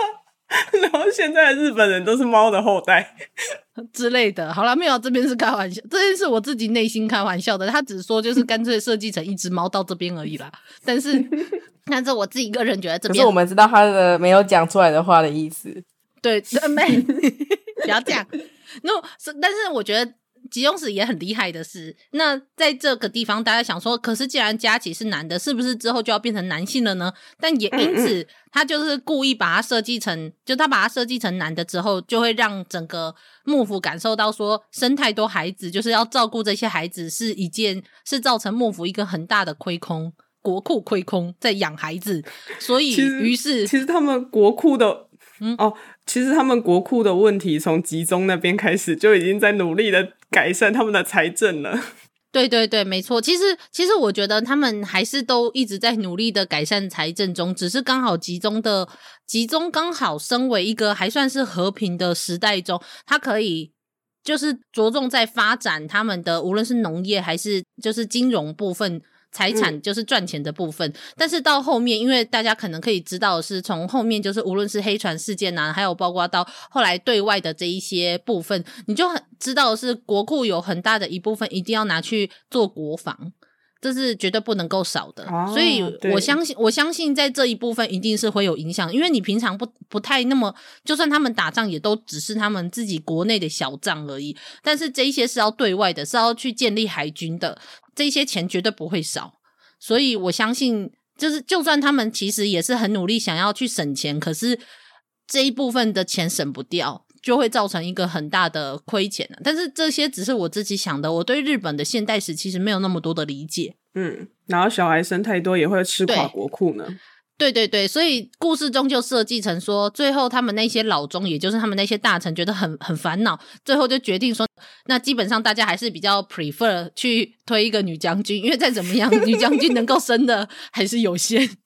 然后现在的日本人都是猫的后代之类的。好啦，没有，这边是开玩笑，这件事我自己内心开玩笑的，他只说就是干脆设计成一只猫到这边而已啦。但是但是我自己个人觉得这边， 可是我们知道他的没有讲出来的话的意思。 对，没不要这样。no, 但是我觉得吉永史也很厉害的是，那在这个地方大家想说，可是既然佳琪是男的，是不是之后就要变成男性了呢？但也因此他就是故意把它设计成，就他把它设计成男的之后，就会让整个幕府感受到说生太多孩子，就是要照顾这些孩子是一件是造成幕府一个很大的亏空，国库亏空在养孩子，所以于是其实他们国库的嗯哦，其实他们国库的问题从集中那边开始就已经在努力的改善他们的财政了。 对对对，没错。其实其实我觉得他们还是都一直在努力的改善财政中，只是刚好集中的集中刚好身为一个还算是和平的时代中，它可以就是着重在发展他们的无论是农业还是就是金融部分财产，就是赚钱的部分、嗯、但是到后面因为大家可能可以知道的是从后面就是无论是黑船事件啊，还有包括到后来对外的这一些部分，你就很知道的是国库有很大的一部分一定要拿去做国防，这是绝对不能够少的、哦、所以我相信我相信在这一部分一定是会有影响，因为你平常不不太那么，就算他们打仗也都只是他们自己国内的小仗而已，但是这一些是要对外的，是要去建立海军的，这一些钱绝对不会少，所以我相信就是就算他们其实也是很努力想要去省钱，可是这一部分的钱省不掉，就会造成一个很大的亏钱、啊、但是这些只是我自己想的，我对日本的现代史其实没有那么多的理解。 嗯，然后小孩生太多也会吃垮国库呢。 对对对，所以故事中就设计成说最后他们那些老中也就是他们那些大臣觉得很很烦恼，最后就决定说那基本上大家还是比较 prefer 去推一个女将军，因为再怎么样女将军能够生的还是有限我觉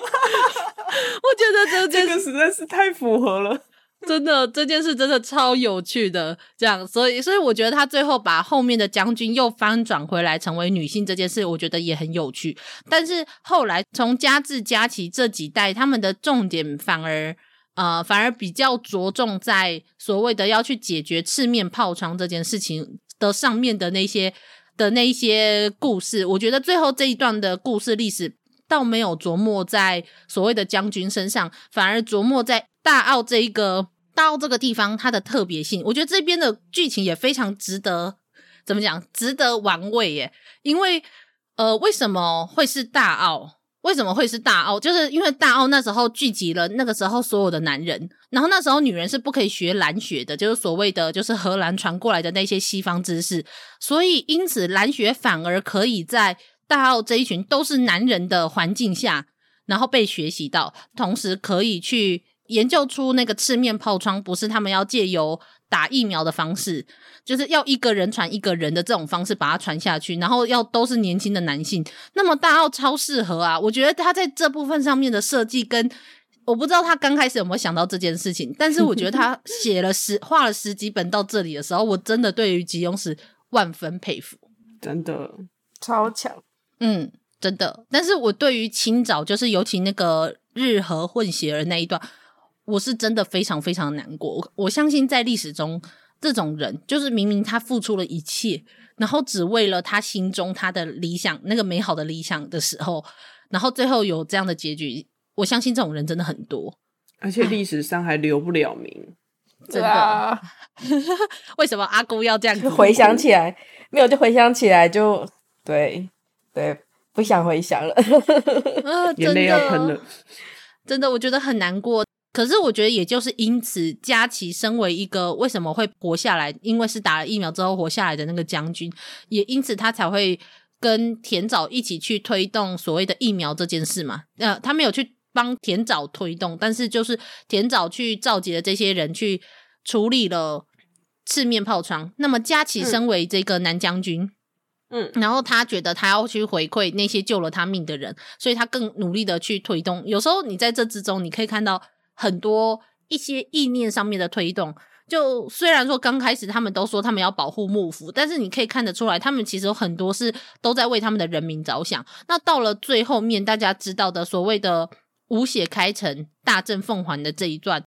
得这件这个实在是太符合了， 真的这件事真的超有趣的，这样所以所以我觉得他最后把后面的将军又翻转回来成为女性这件事我觉得也很有趣，但是后来从家治家齐这几代他们的重点反而呃反而比较着重在所谓的要去解决赤面疱疮这件事情的上面的那些的那一些故事，我觉得最后这一段的故事历史倒没有琢磨在所谓的将军身上，反而琢磨在大奥这一个大奥这个地方它的特别性，我觉得这边的剧情也非常值得怎么讲值得玩味耶，因为呃为什么会是大奥为什么会是大奥就是因为大奥那时候聚集了那个时候所有的男人，然后那时候女人是不可以学蓝学的，就是所谓的就是荷兰传过来的那些西方知识，所以因此蓝学反而可以在大奥这一群都是男人的环境下然后被学习到，同时可以去研究出那个赤面疱疮不是他们要借由打疫苗的方式，就是要一个人传一个人的这种方式把它传下去，然后要都是年轻的男性，那么大奥超适合啊，我觉得他在这部分上面的设计跟我不知道他刚开始有没有想到这件事情，但是我觉得他写了十画了十几本到这里的时候，我真的对于吉永史万分佩服， 真的超强。 嗯，真的。但是我对于清早就是尤其那个日和混血儿那一段，我是真的非常非常难过。 我, 我相信在历史中这种人就是明明他付出了一切，然后只为了他心中他的理想那个美好的理想的时候，然后最后有这样的结局，我相信这种人真的很多， 而且历史上还留不了名真的、 啊、 为什么阿姑要这样子回想起来没有就回想起来就对对不想回想了、 呃、 眼泪要喷了， 真的我觉得很难过。可是我觉得也就是因此佳琪身为一个为什么会活下来，因为是打了疫苗之后活下来的那个将军，也因此他才会跟田早一起去推动所谓的疫苗这件事嘛。呃，他没有去帮田早推动，但是就是田早去召集了这些人去处理了赤面疱疮。那么佳琪身为这个男将军，嗯，然后他觉得他要去回馈那些救了他命的人，所以他更努力的去推动。有时候你在这之中你可以看到很多一些意念上面的推动，就虽然说刚开始他们都说他们要保护幕府，但是你可以看得出来他们其实有很多是都在为他们的人民着想。那到了最后面大家知道的所谓的无血开城大政奉还的这一段，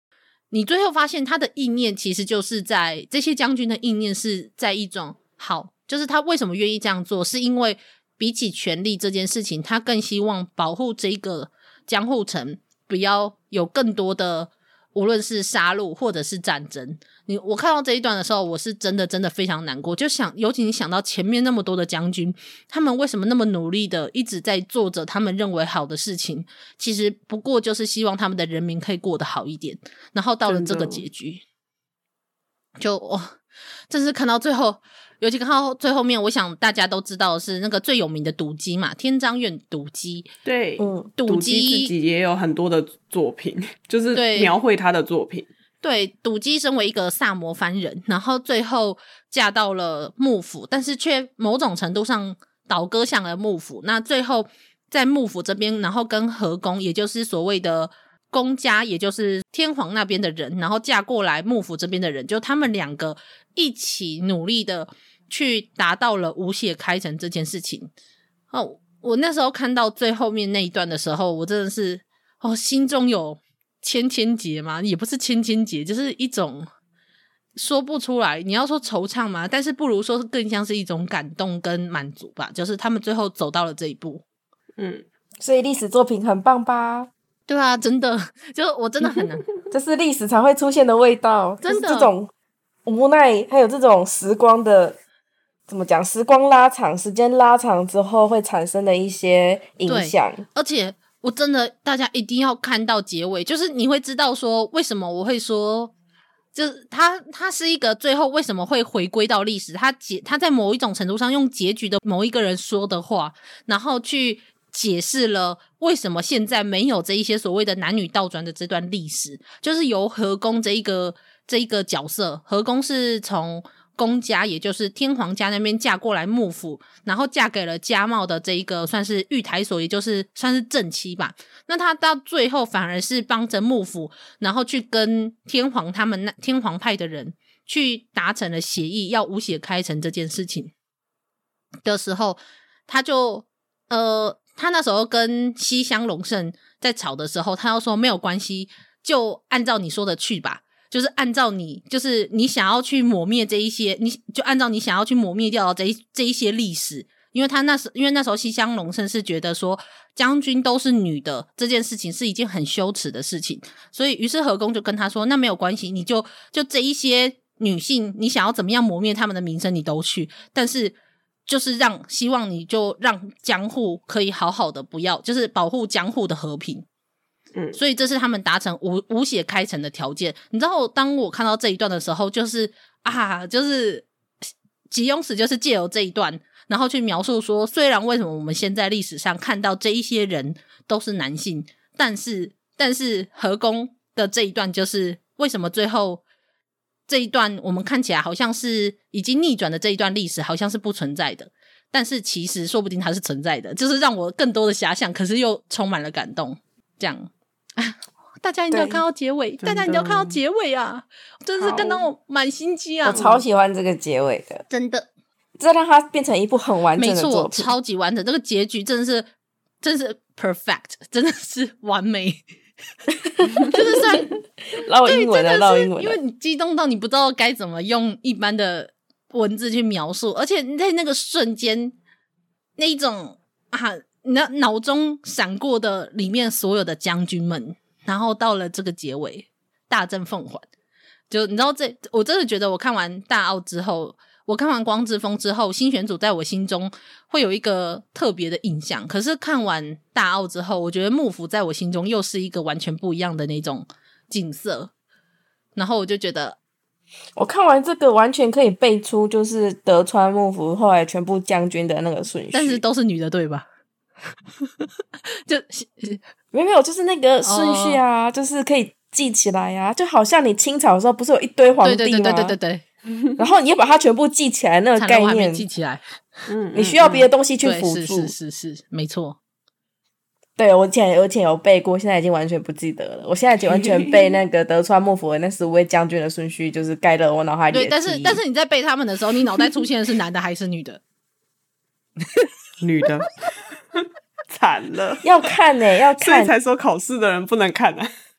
你最后发现他的意念其实就是在这些将军的意念是在一种好，就是他为什么愿意这样做，是因为比起权力这件事情，他更希望保护这个江户城不要有更多的无论是杀戮或者是战争。你我看到这一段的时候，我是真的真的非常难过，就想尤其你想到前面那么多的将军，他们为什么那么努力的一直在做着他们认为好的事情，其实不过就是希望他们的人民可以过得好一点，然后到了这个结局就哇，真是看到最后，尤其看到最后面，我想大家都知道的是那个最有名的赌姬嘛，天章院赌姬。 对， 嗯， 赌姬自己也有很多的作品，就是描绘他的作品。 对，赌姬身为一个萨摩藩人，然后最后嫁到了幕府，但是却某种程度上倒戈向了幕府。那最后在幕府这边，然后跟和宫，也就是所谓的公家，也就是天皇那边的人，然后嫁过来幕府这边的人，就他们两个一起努力的去达到了无血开城这件事情。哦，我那时候看到最后面那一段的时候，我真的是哦，心中有千千结嘛，也不是千千结，就是一种说不出来，你要说惆怅嘛，但是不如说更像是一种感动跟满足吧，就是他们最后走到了这一步。 嗯， 所以历史作品很棒吧？ 对啊，真的，就我真的很难这是历史才会出现的味道， 真的就是这种无奈，还有这种时光的怎么讲，时光拉长，时间拉长之后会产生的一些影响。 而且我真的大家一定要看到结尾，就是你会知道说为什么我会说就是他他是一个最后为什么会回归到历史，他结他在某一种程度上用结局的某一个人说的话，然后去解释了为什么现在没有这一些所谓的男女倒转的这段历史，就是由和宫这一个这一个角色，和宫是从公家也就是天皇家那边嫁过来幕府，然后嫁给了家茂的这一个算是御台所，也就是算是正妻吧。那他到最后反而是帮着幕府，然后去跟天皇他们那天皇派的人去达成了协议，要无血开城这件事情的时候，他就呃，他那时候跟西乡隆盛在吵的时候，他要说没有关系，就按照你说的去吧。就是按照你，就是你想要去抹灭这一些，你就按照你想要去抹灭掉这一这一些历史，因为他那时，因为那时候西乡隆盛是觉得说将军都是女的这件事情是一件很羞耻的事情，所以于是和宫就跟他说，那没有关系，你就就这一些女性，你想要怎么样抹灭他们的名声，你都去，但是就是让希望你就让江户可以好好的不要，就是保护江户的和平。嗯，所以这是他们达成无无血开城的条件。你知道当我看到这一段的时候，就是啊，就是吉庸史就是借由这一段，然后去描述说，虽然为什么我们现在历史上看到这一些人都是男性，但是但是和宫的这一段就是为什么最后这一段我们看起来好像是已经逆转的这一段历史好像是不存在的，但是其实说不定它是存在的，就是让我更多的遐想，可是又充满了感动。这样啊，大家一定要看到结尾，大家一定要看到结尾啊！真是看到我满心激昂， 我超喜欢这个结尾的， 真的， 这让它变成一部很完整的作品， 没错，超级完整。这个结局真的是，真的是 perfect， 真的是完美。就是算唠英文的，唠英文的， 因为你激动到你不知道该怎么用一般的文字去描述，而且在那个瞬间，那一种啊。你的脑中闪过的里面所有的将军们，然后到了这个结尾大政奉还，就你知道这我真的觉得我看完大奥之后，我看完光之风之后，新选组在我心中会有一个特别的印象，可是看完大奥之后，我觉得幕府在我心中又是一个完全不一样的那种景色，然后我就觉得我看完这个完全可以背出就是德川幕府后来全部将军的那个顺序， 但是都是女的对吧？就没有没有，就是那个顺序啊、哦，就是可以记起来啊，就好像你清朝的时候不是有一堆皇帝吗？ 对对对对对对对。 然后你要把它全部记起来，那个概念记起来， 嗯，你需要别的东西去辅助， 是是是是，没错。 对，我以前我以前有背过，现在已经完全不记得了。我现在已经完全背那个德川幕府的那十五位将军的顺序，就是盖了我脑海里的记忆。 对，但是但是你在背他们的时候，你脑袋出现的是男的还是女的？ 女的。惨了， 要看欸，要看， 所以才说考试的人不能看啊。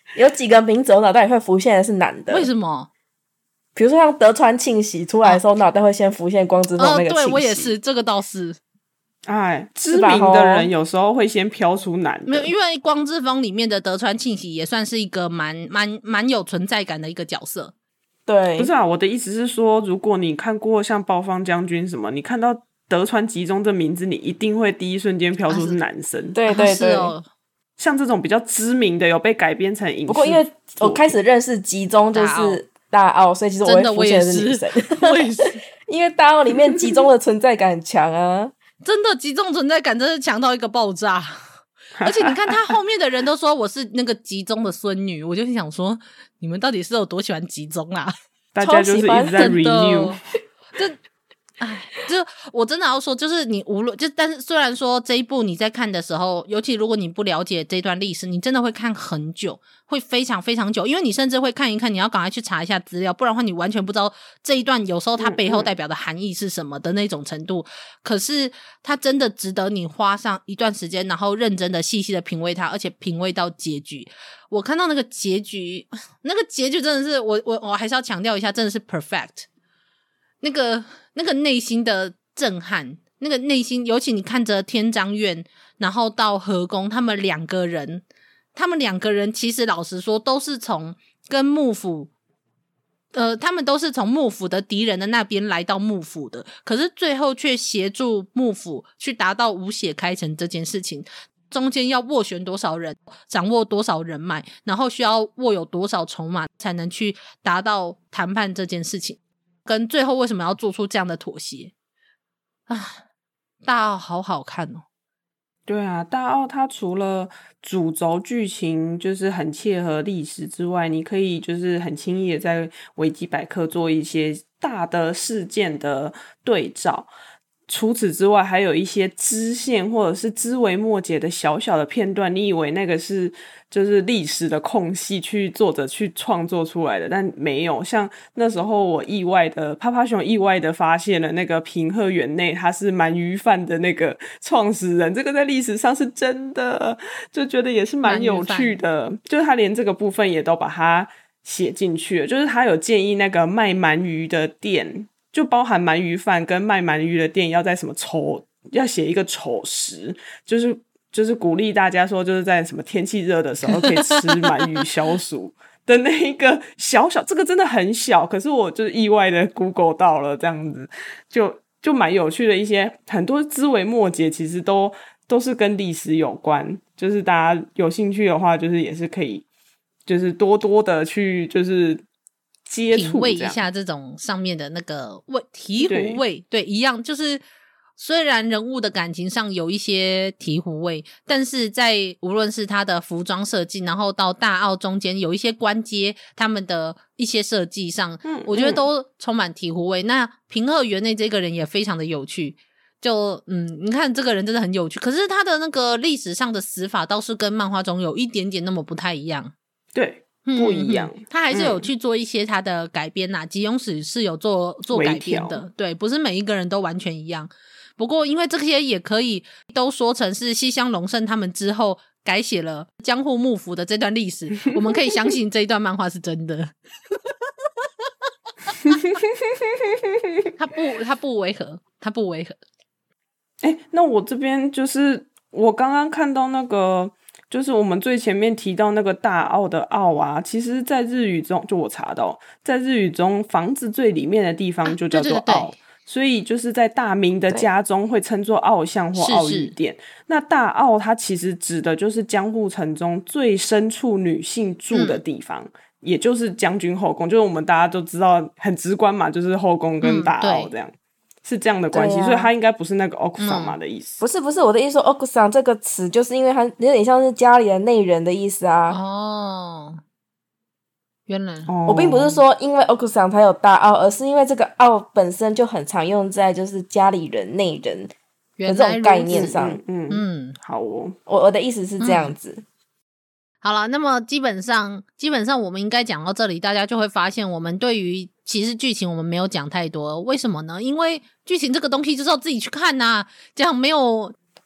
有几个名字我脑袋里会浮现的是男的。 为什么？ 比如说像德川庆喜出来的时候，脑袋会先浮现光之风那个庆喜。 哦，对我也是，这个倒是。 哎，知名的人有时候会先飘出男的， 没有，因为光之风里面的德川庆喜也算是一个蛮蛮蛮有存在感的一个角色。 对， 不是啊，我的意思是说，如果你看过像暴方将军什么，你看到德川吉宗这名字，你一定会第一瞬间飘出是男生。 啊、对对对、 哦， 像这种比较知名的有被改编成影视， 不过因为我开始认识吉宗就是大奥，所以其实我会浮现的是女生。 我也是， 因为大奥里面吉宗的存在感很强啊。 真的吉宗存在感真是强到一个爆炸，而且你看他后面的人都说我是那个吉宗的孙女，我就想说你们到底是有多喜欢吉宗啊？ 大家就是一直在 renew 这哎，就我真的要说，就是你无论就，但是虽然说这一部你在看的时候，尤其如果你不了解这段历史，你真的会看很久，会非常非常久，因为你甚至会看一看，你要赶快去查一下资料，不然的话你完全不知道这一段有时候它背后代表的含义是什么的那种程度。嗯嗯可是它真的值得你花上一段时间，然后认真的细细的品味它，而且品味到结局。我看到那个结局，那个结局真的是我我我还是要强调一下，真的是 perfect。那个那个内心的震撼，那个内心，尤其你看着天章院，然后到河宫，他们两个人，他们两个人其实老实说，都是从跟幕府，呃，他们都是从幕府的敌人的那边来到幕府的，可是最后却协助幕府去达到无血开城这件事情。中间要斡旋多少人，掌握多少人脉，然后需要握有多少筹码，才能去达到谈判这件事情。跟最后为什么要做出这样的妥协啊？大奥好好看哦。 对啊，大奥它除了主轴剧情就是很切合历史之外，你可以就是很轻易的在维基百科做一些大的事件的对照。除此之外，还有一些支线或者是枝微末节的小小的片段，你以为那个是就是历史的空隙去作者去创作出来的，但没有。像那时候我意外的趴趴熊意外的发现了那个平贺源内他是鳗鱼饭的那个创始人，这个在历史上是真的，就觉得也是蛮有趣的，就是他连这个部分也都把它写进去了，就是他有建议那个卖鳗鱼的店，就包含鳗鱼饭跟卖鳗鱼的店要在什么丑，要写一个丑时，就是就是鼓励大家说，就是在什么天气热的时候可以吃鳗鱼消暑的那一个小小，这个真的很小，可是我就是意外的 Google 到了，这样子就就蛮有趣的，一些很多枝微末节其实都都是跟历史有关，就是大家有兴趣的话，就是也是可以就是多多的去就是接触品味一下这种上面的那个味醍醐味， 对, 对，一样就是虽然人物的感情上有一些醍醐味，但是在无论是他的服装设计，然后到大奥中间有一些官阶他们的一些设计上、嗯、我觉得都充满醍醐味、嗯、那平贺源内这个人也非常的有趣，就嗯，你看这个人真的很有趣，可是他的那个历史上的死法倒是跟漫画中有一点点那么不太一样， 对，不一样、 嗯、他还是有去做一些他的改编啦、啊、吉永史是有做做改编的，对，不是每一个人都完全一样，不过因为这些也可以都说成是西乡隆盛他们之后改写了江户幕府的这段历史我们可以相信这一段漫画是真的他不他不违和他不违和。 欸，那我这边就是我刚刚看到那个就是我们最前面提到那个大奥的奥啊，其实在日语中就我查到在日语中房子最里面的地方就叫做奥、啊、所以就是在大明的家中会称作奥巷或奥御殿。那大奥它其实指的就是江户城中最深处女性住的地方、嗯、也就是将军后宫，就是我们大家都知道很直观嘛，就是后宫跟大奥这样、嗯、是这样的关系、啊、所以它应该不是那个 okusama 的意思、 嗯、不是不是我的意思说 okusama 这个词就是因为它有点像是家里的内人的意思啊。 哦，原来我并不是说因为 okusama 才有大奥，而是因为这个奥本身就很常用在就是家里人内人的这种概念上。 嗯 嗯, 嗯好哦， 我我的意思是这样子、嗯、 好了，那么基本上基本上我们应该讲到这里，大家就会发现我们对于其实剧情我们没有讲太多，为什么呢？因为剧情这个东西就是要自己去看啊，这样没有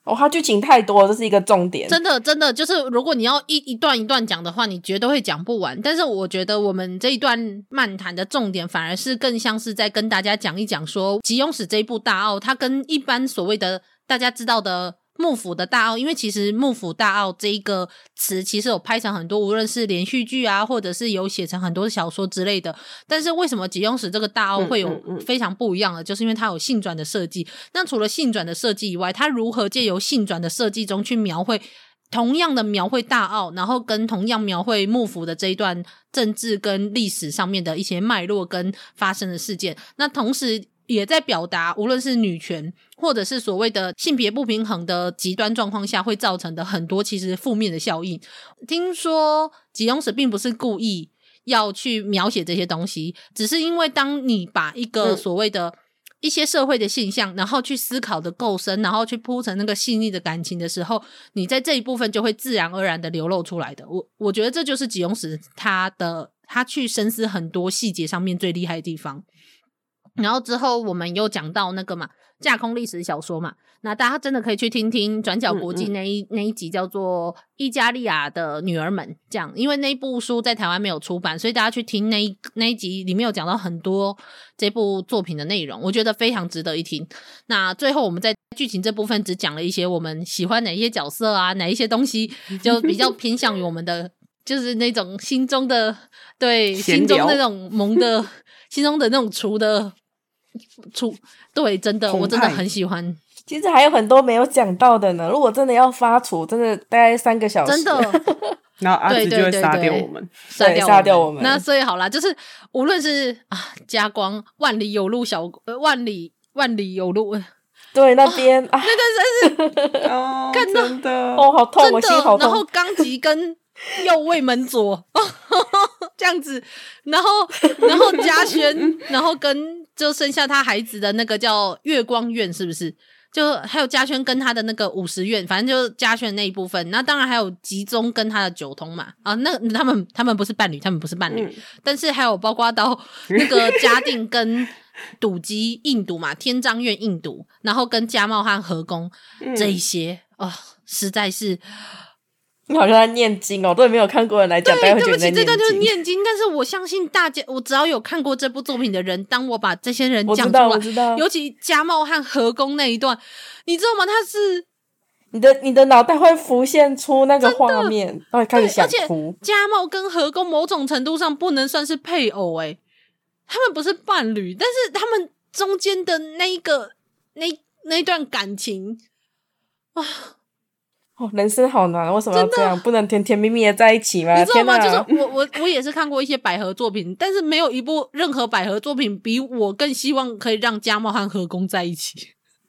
哦，它剧情太多了，这是一个重点。 真的真的就是如果你要一一段一段讲的话，你绝对会讲不完。但是我觉得我们这一段漫谈的重点反而是更像是在跟大家讲一讲说吉翁史这一部大奥，它跟一般所谓的大家知道的幕府的大奥，因为其实幕府大奥这一个词其实有拍成很多，无论是连续剧啊，或者是有写成很多小说之类的。但是为什么吉翁史这个大奥会有非常不一样的、嗯嗯嗯、就是因为它有性转的设计。那除了性转的设计以外，它如何借由性转的设计中去描绘同样的描绘大奥，然后跟同样描绘幕府的这一段政治跟历史上面的一些脉络跟发生的事件。那同时也在表达无论是女权或者是所谓的性别不平衡的极端状况下会造成的很多其实负面的效应。听说吉翁史并不是故意要去描写这些东西，只是因为当你把一个所谓的一些社会的现象然后去思考的够深，然后去铺成那个细腻的感情的时候，你在这一部分就会自然而然的流露出来的。我我觉得这就是吉翁史他的他去深思很多细节上面最厉害的地方。然后之后我们又讲到那个嘛架空历史小说嘛，那大家真的可以去听听转角国际那一、嗯嗯、那一集叫做伊加利亚的女儿们，这样，因为那一部书在台湾没有出版，所以大家去听那一那一集里面有讲到很多这部作品的内容，我觉得非常值得一听。那最后我们在剧情这部分只讲了一些我们喜欢哪一些角色啊，哪一些东西就比较偏向于我们的就是那种心中的对心中那种萌的心中的那种厨的出对，真的我真的很喜欢。 其实还有很多没有讲到的呢，如果真的要发厨真的大概三个小时真的然后阿紫就会杀掉我们， 杀掉杀掉我们。 那所以好啦，就是无论是啊家光万里有路小呃万里万里有路对那边、哦啊、那段真是哦看到真的哦好痛，我心好痛。 然后刚吉跟右卫门佐这样子，然后然后嘉轩然后跟就生下他孩子的那个叫月光院是不是，就还有嘉轩跟他的那个五十院，反正就是嘉轩那一部分。那当然还有吉宗跟他的九通嘛，啊，那他们他们不是伴侣，他们不是伴侣、嗯、但是还有包括到那个嘉定跟赌姬印度嘛天章院印度，然后跟家茂和和宫、嗯、这一些哦，实在是你好像在念经哦，对没有看过的人来讲，大家会觉得在念经。 对不起，这段就是念经，但是我相信大家，我只要有看过这部作品的人，当我把这些人讲出来， 我知道， 尤其家茂和和宫那一段，你知道吗？他是你的你的脑袋会浮现出那个画面，然后开始想哭。 而且家茂跟和宫某种程度上不能算是配偶、欸，诶，他们不是伴侣，但是他们中间的那一个那那一段感情啊。 哦，人生好难，为什么要这样？不能甜甜蜜蜜的在一起吗？ 你知道吗？就是我我我也是看过一些百合作品，但是没有一部任何百合作品比我更希望可以让家茂和和宫在一起。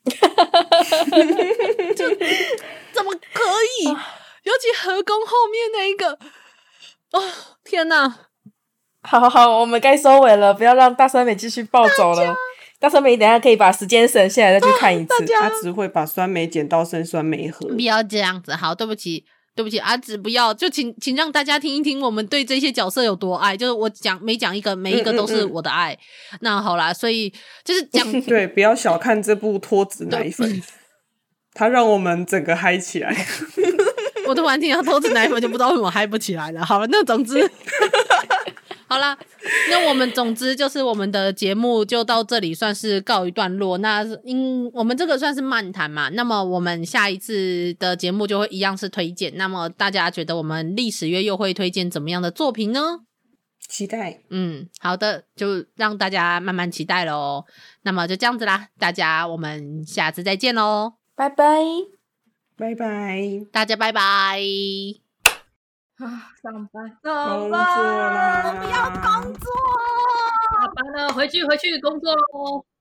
就怎么可以？尤其和宫后面那一个，哦天哪！ 好好好，我们该收尾了，不要让大酸梅继续暴走了。大酸梅，你等一下可以把时间省下来再去看一次。 阿紫会把酸梅剪到生酸梅盒。 不要这样子，好，对不起，对不起，阿紫不要，就请请让大家听一听我们对这些角色有多爱。就是我讲每讲一个，每一个都是我的爱。嗯嗯嗯那好啦，所以就是讲对，不要小看这部脱脂奶粉，它让我们整个嗨起来。 我突然听到脱脂奶粉，就不知道为什么嗨不起来了。好了，那总之。好啦，那我们总之就是我们的节目就到这里算是告一段落。那因我们这个算是漫谈嘛，那么我们下一次的节目就会一样是推荐。那么大家觉得我们历史月又会推荐怎么样的作品呢？ 期待。 嗯，好的，就让大家慢慢期待咯。那么就这样子啦，大家我们下次再见咯， 拜拜拜拜， 大家拜拜。 啊，上班， 工作啦！ 我不要工作， 下班了，回去回去工作咯。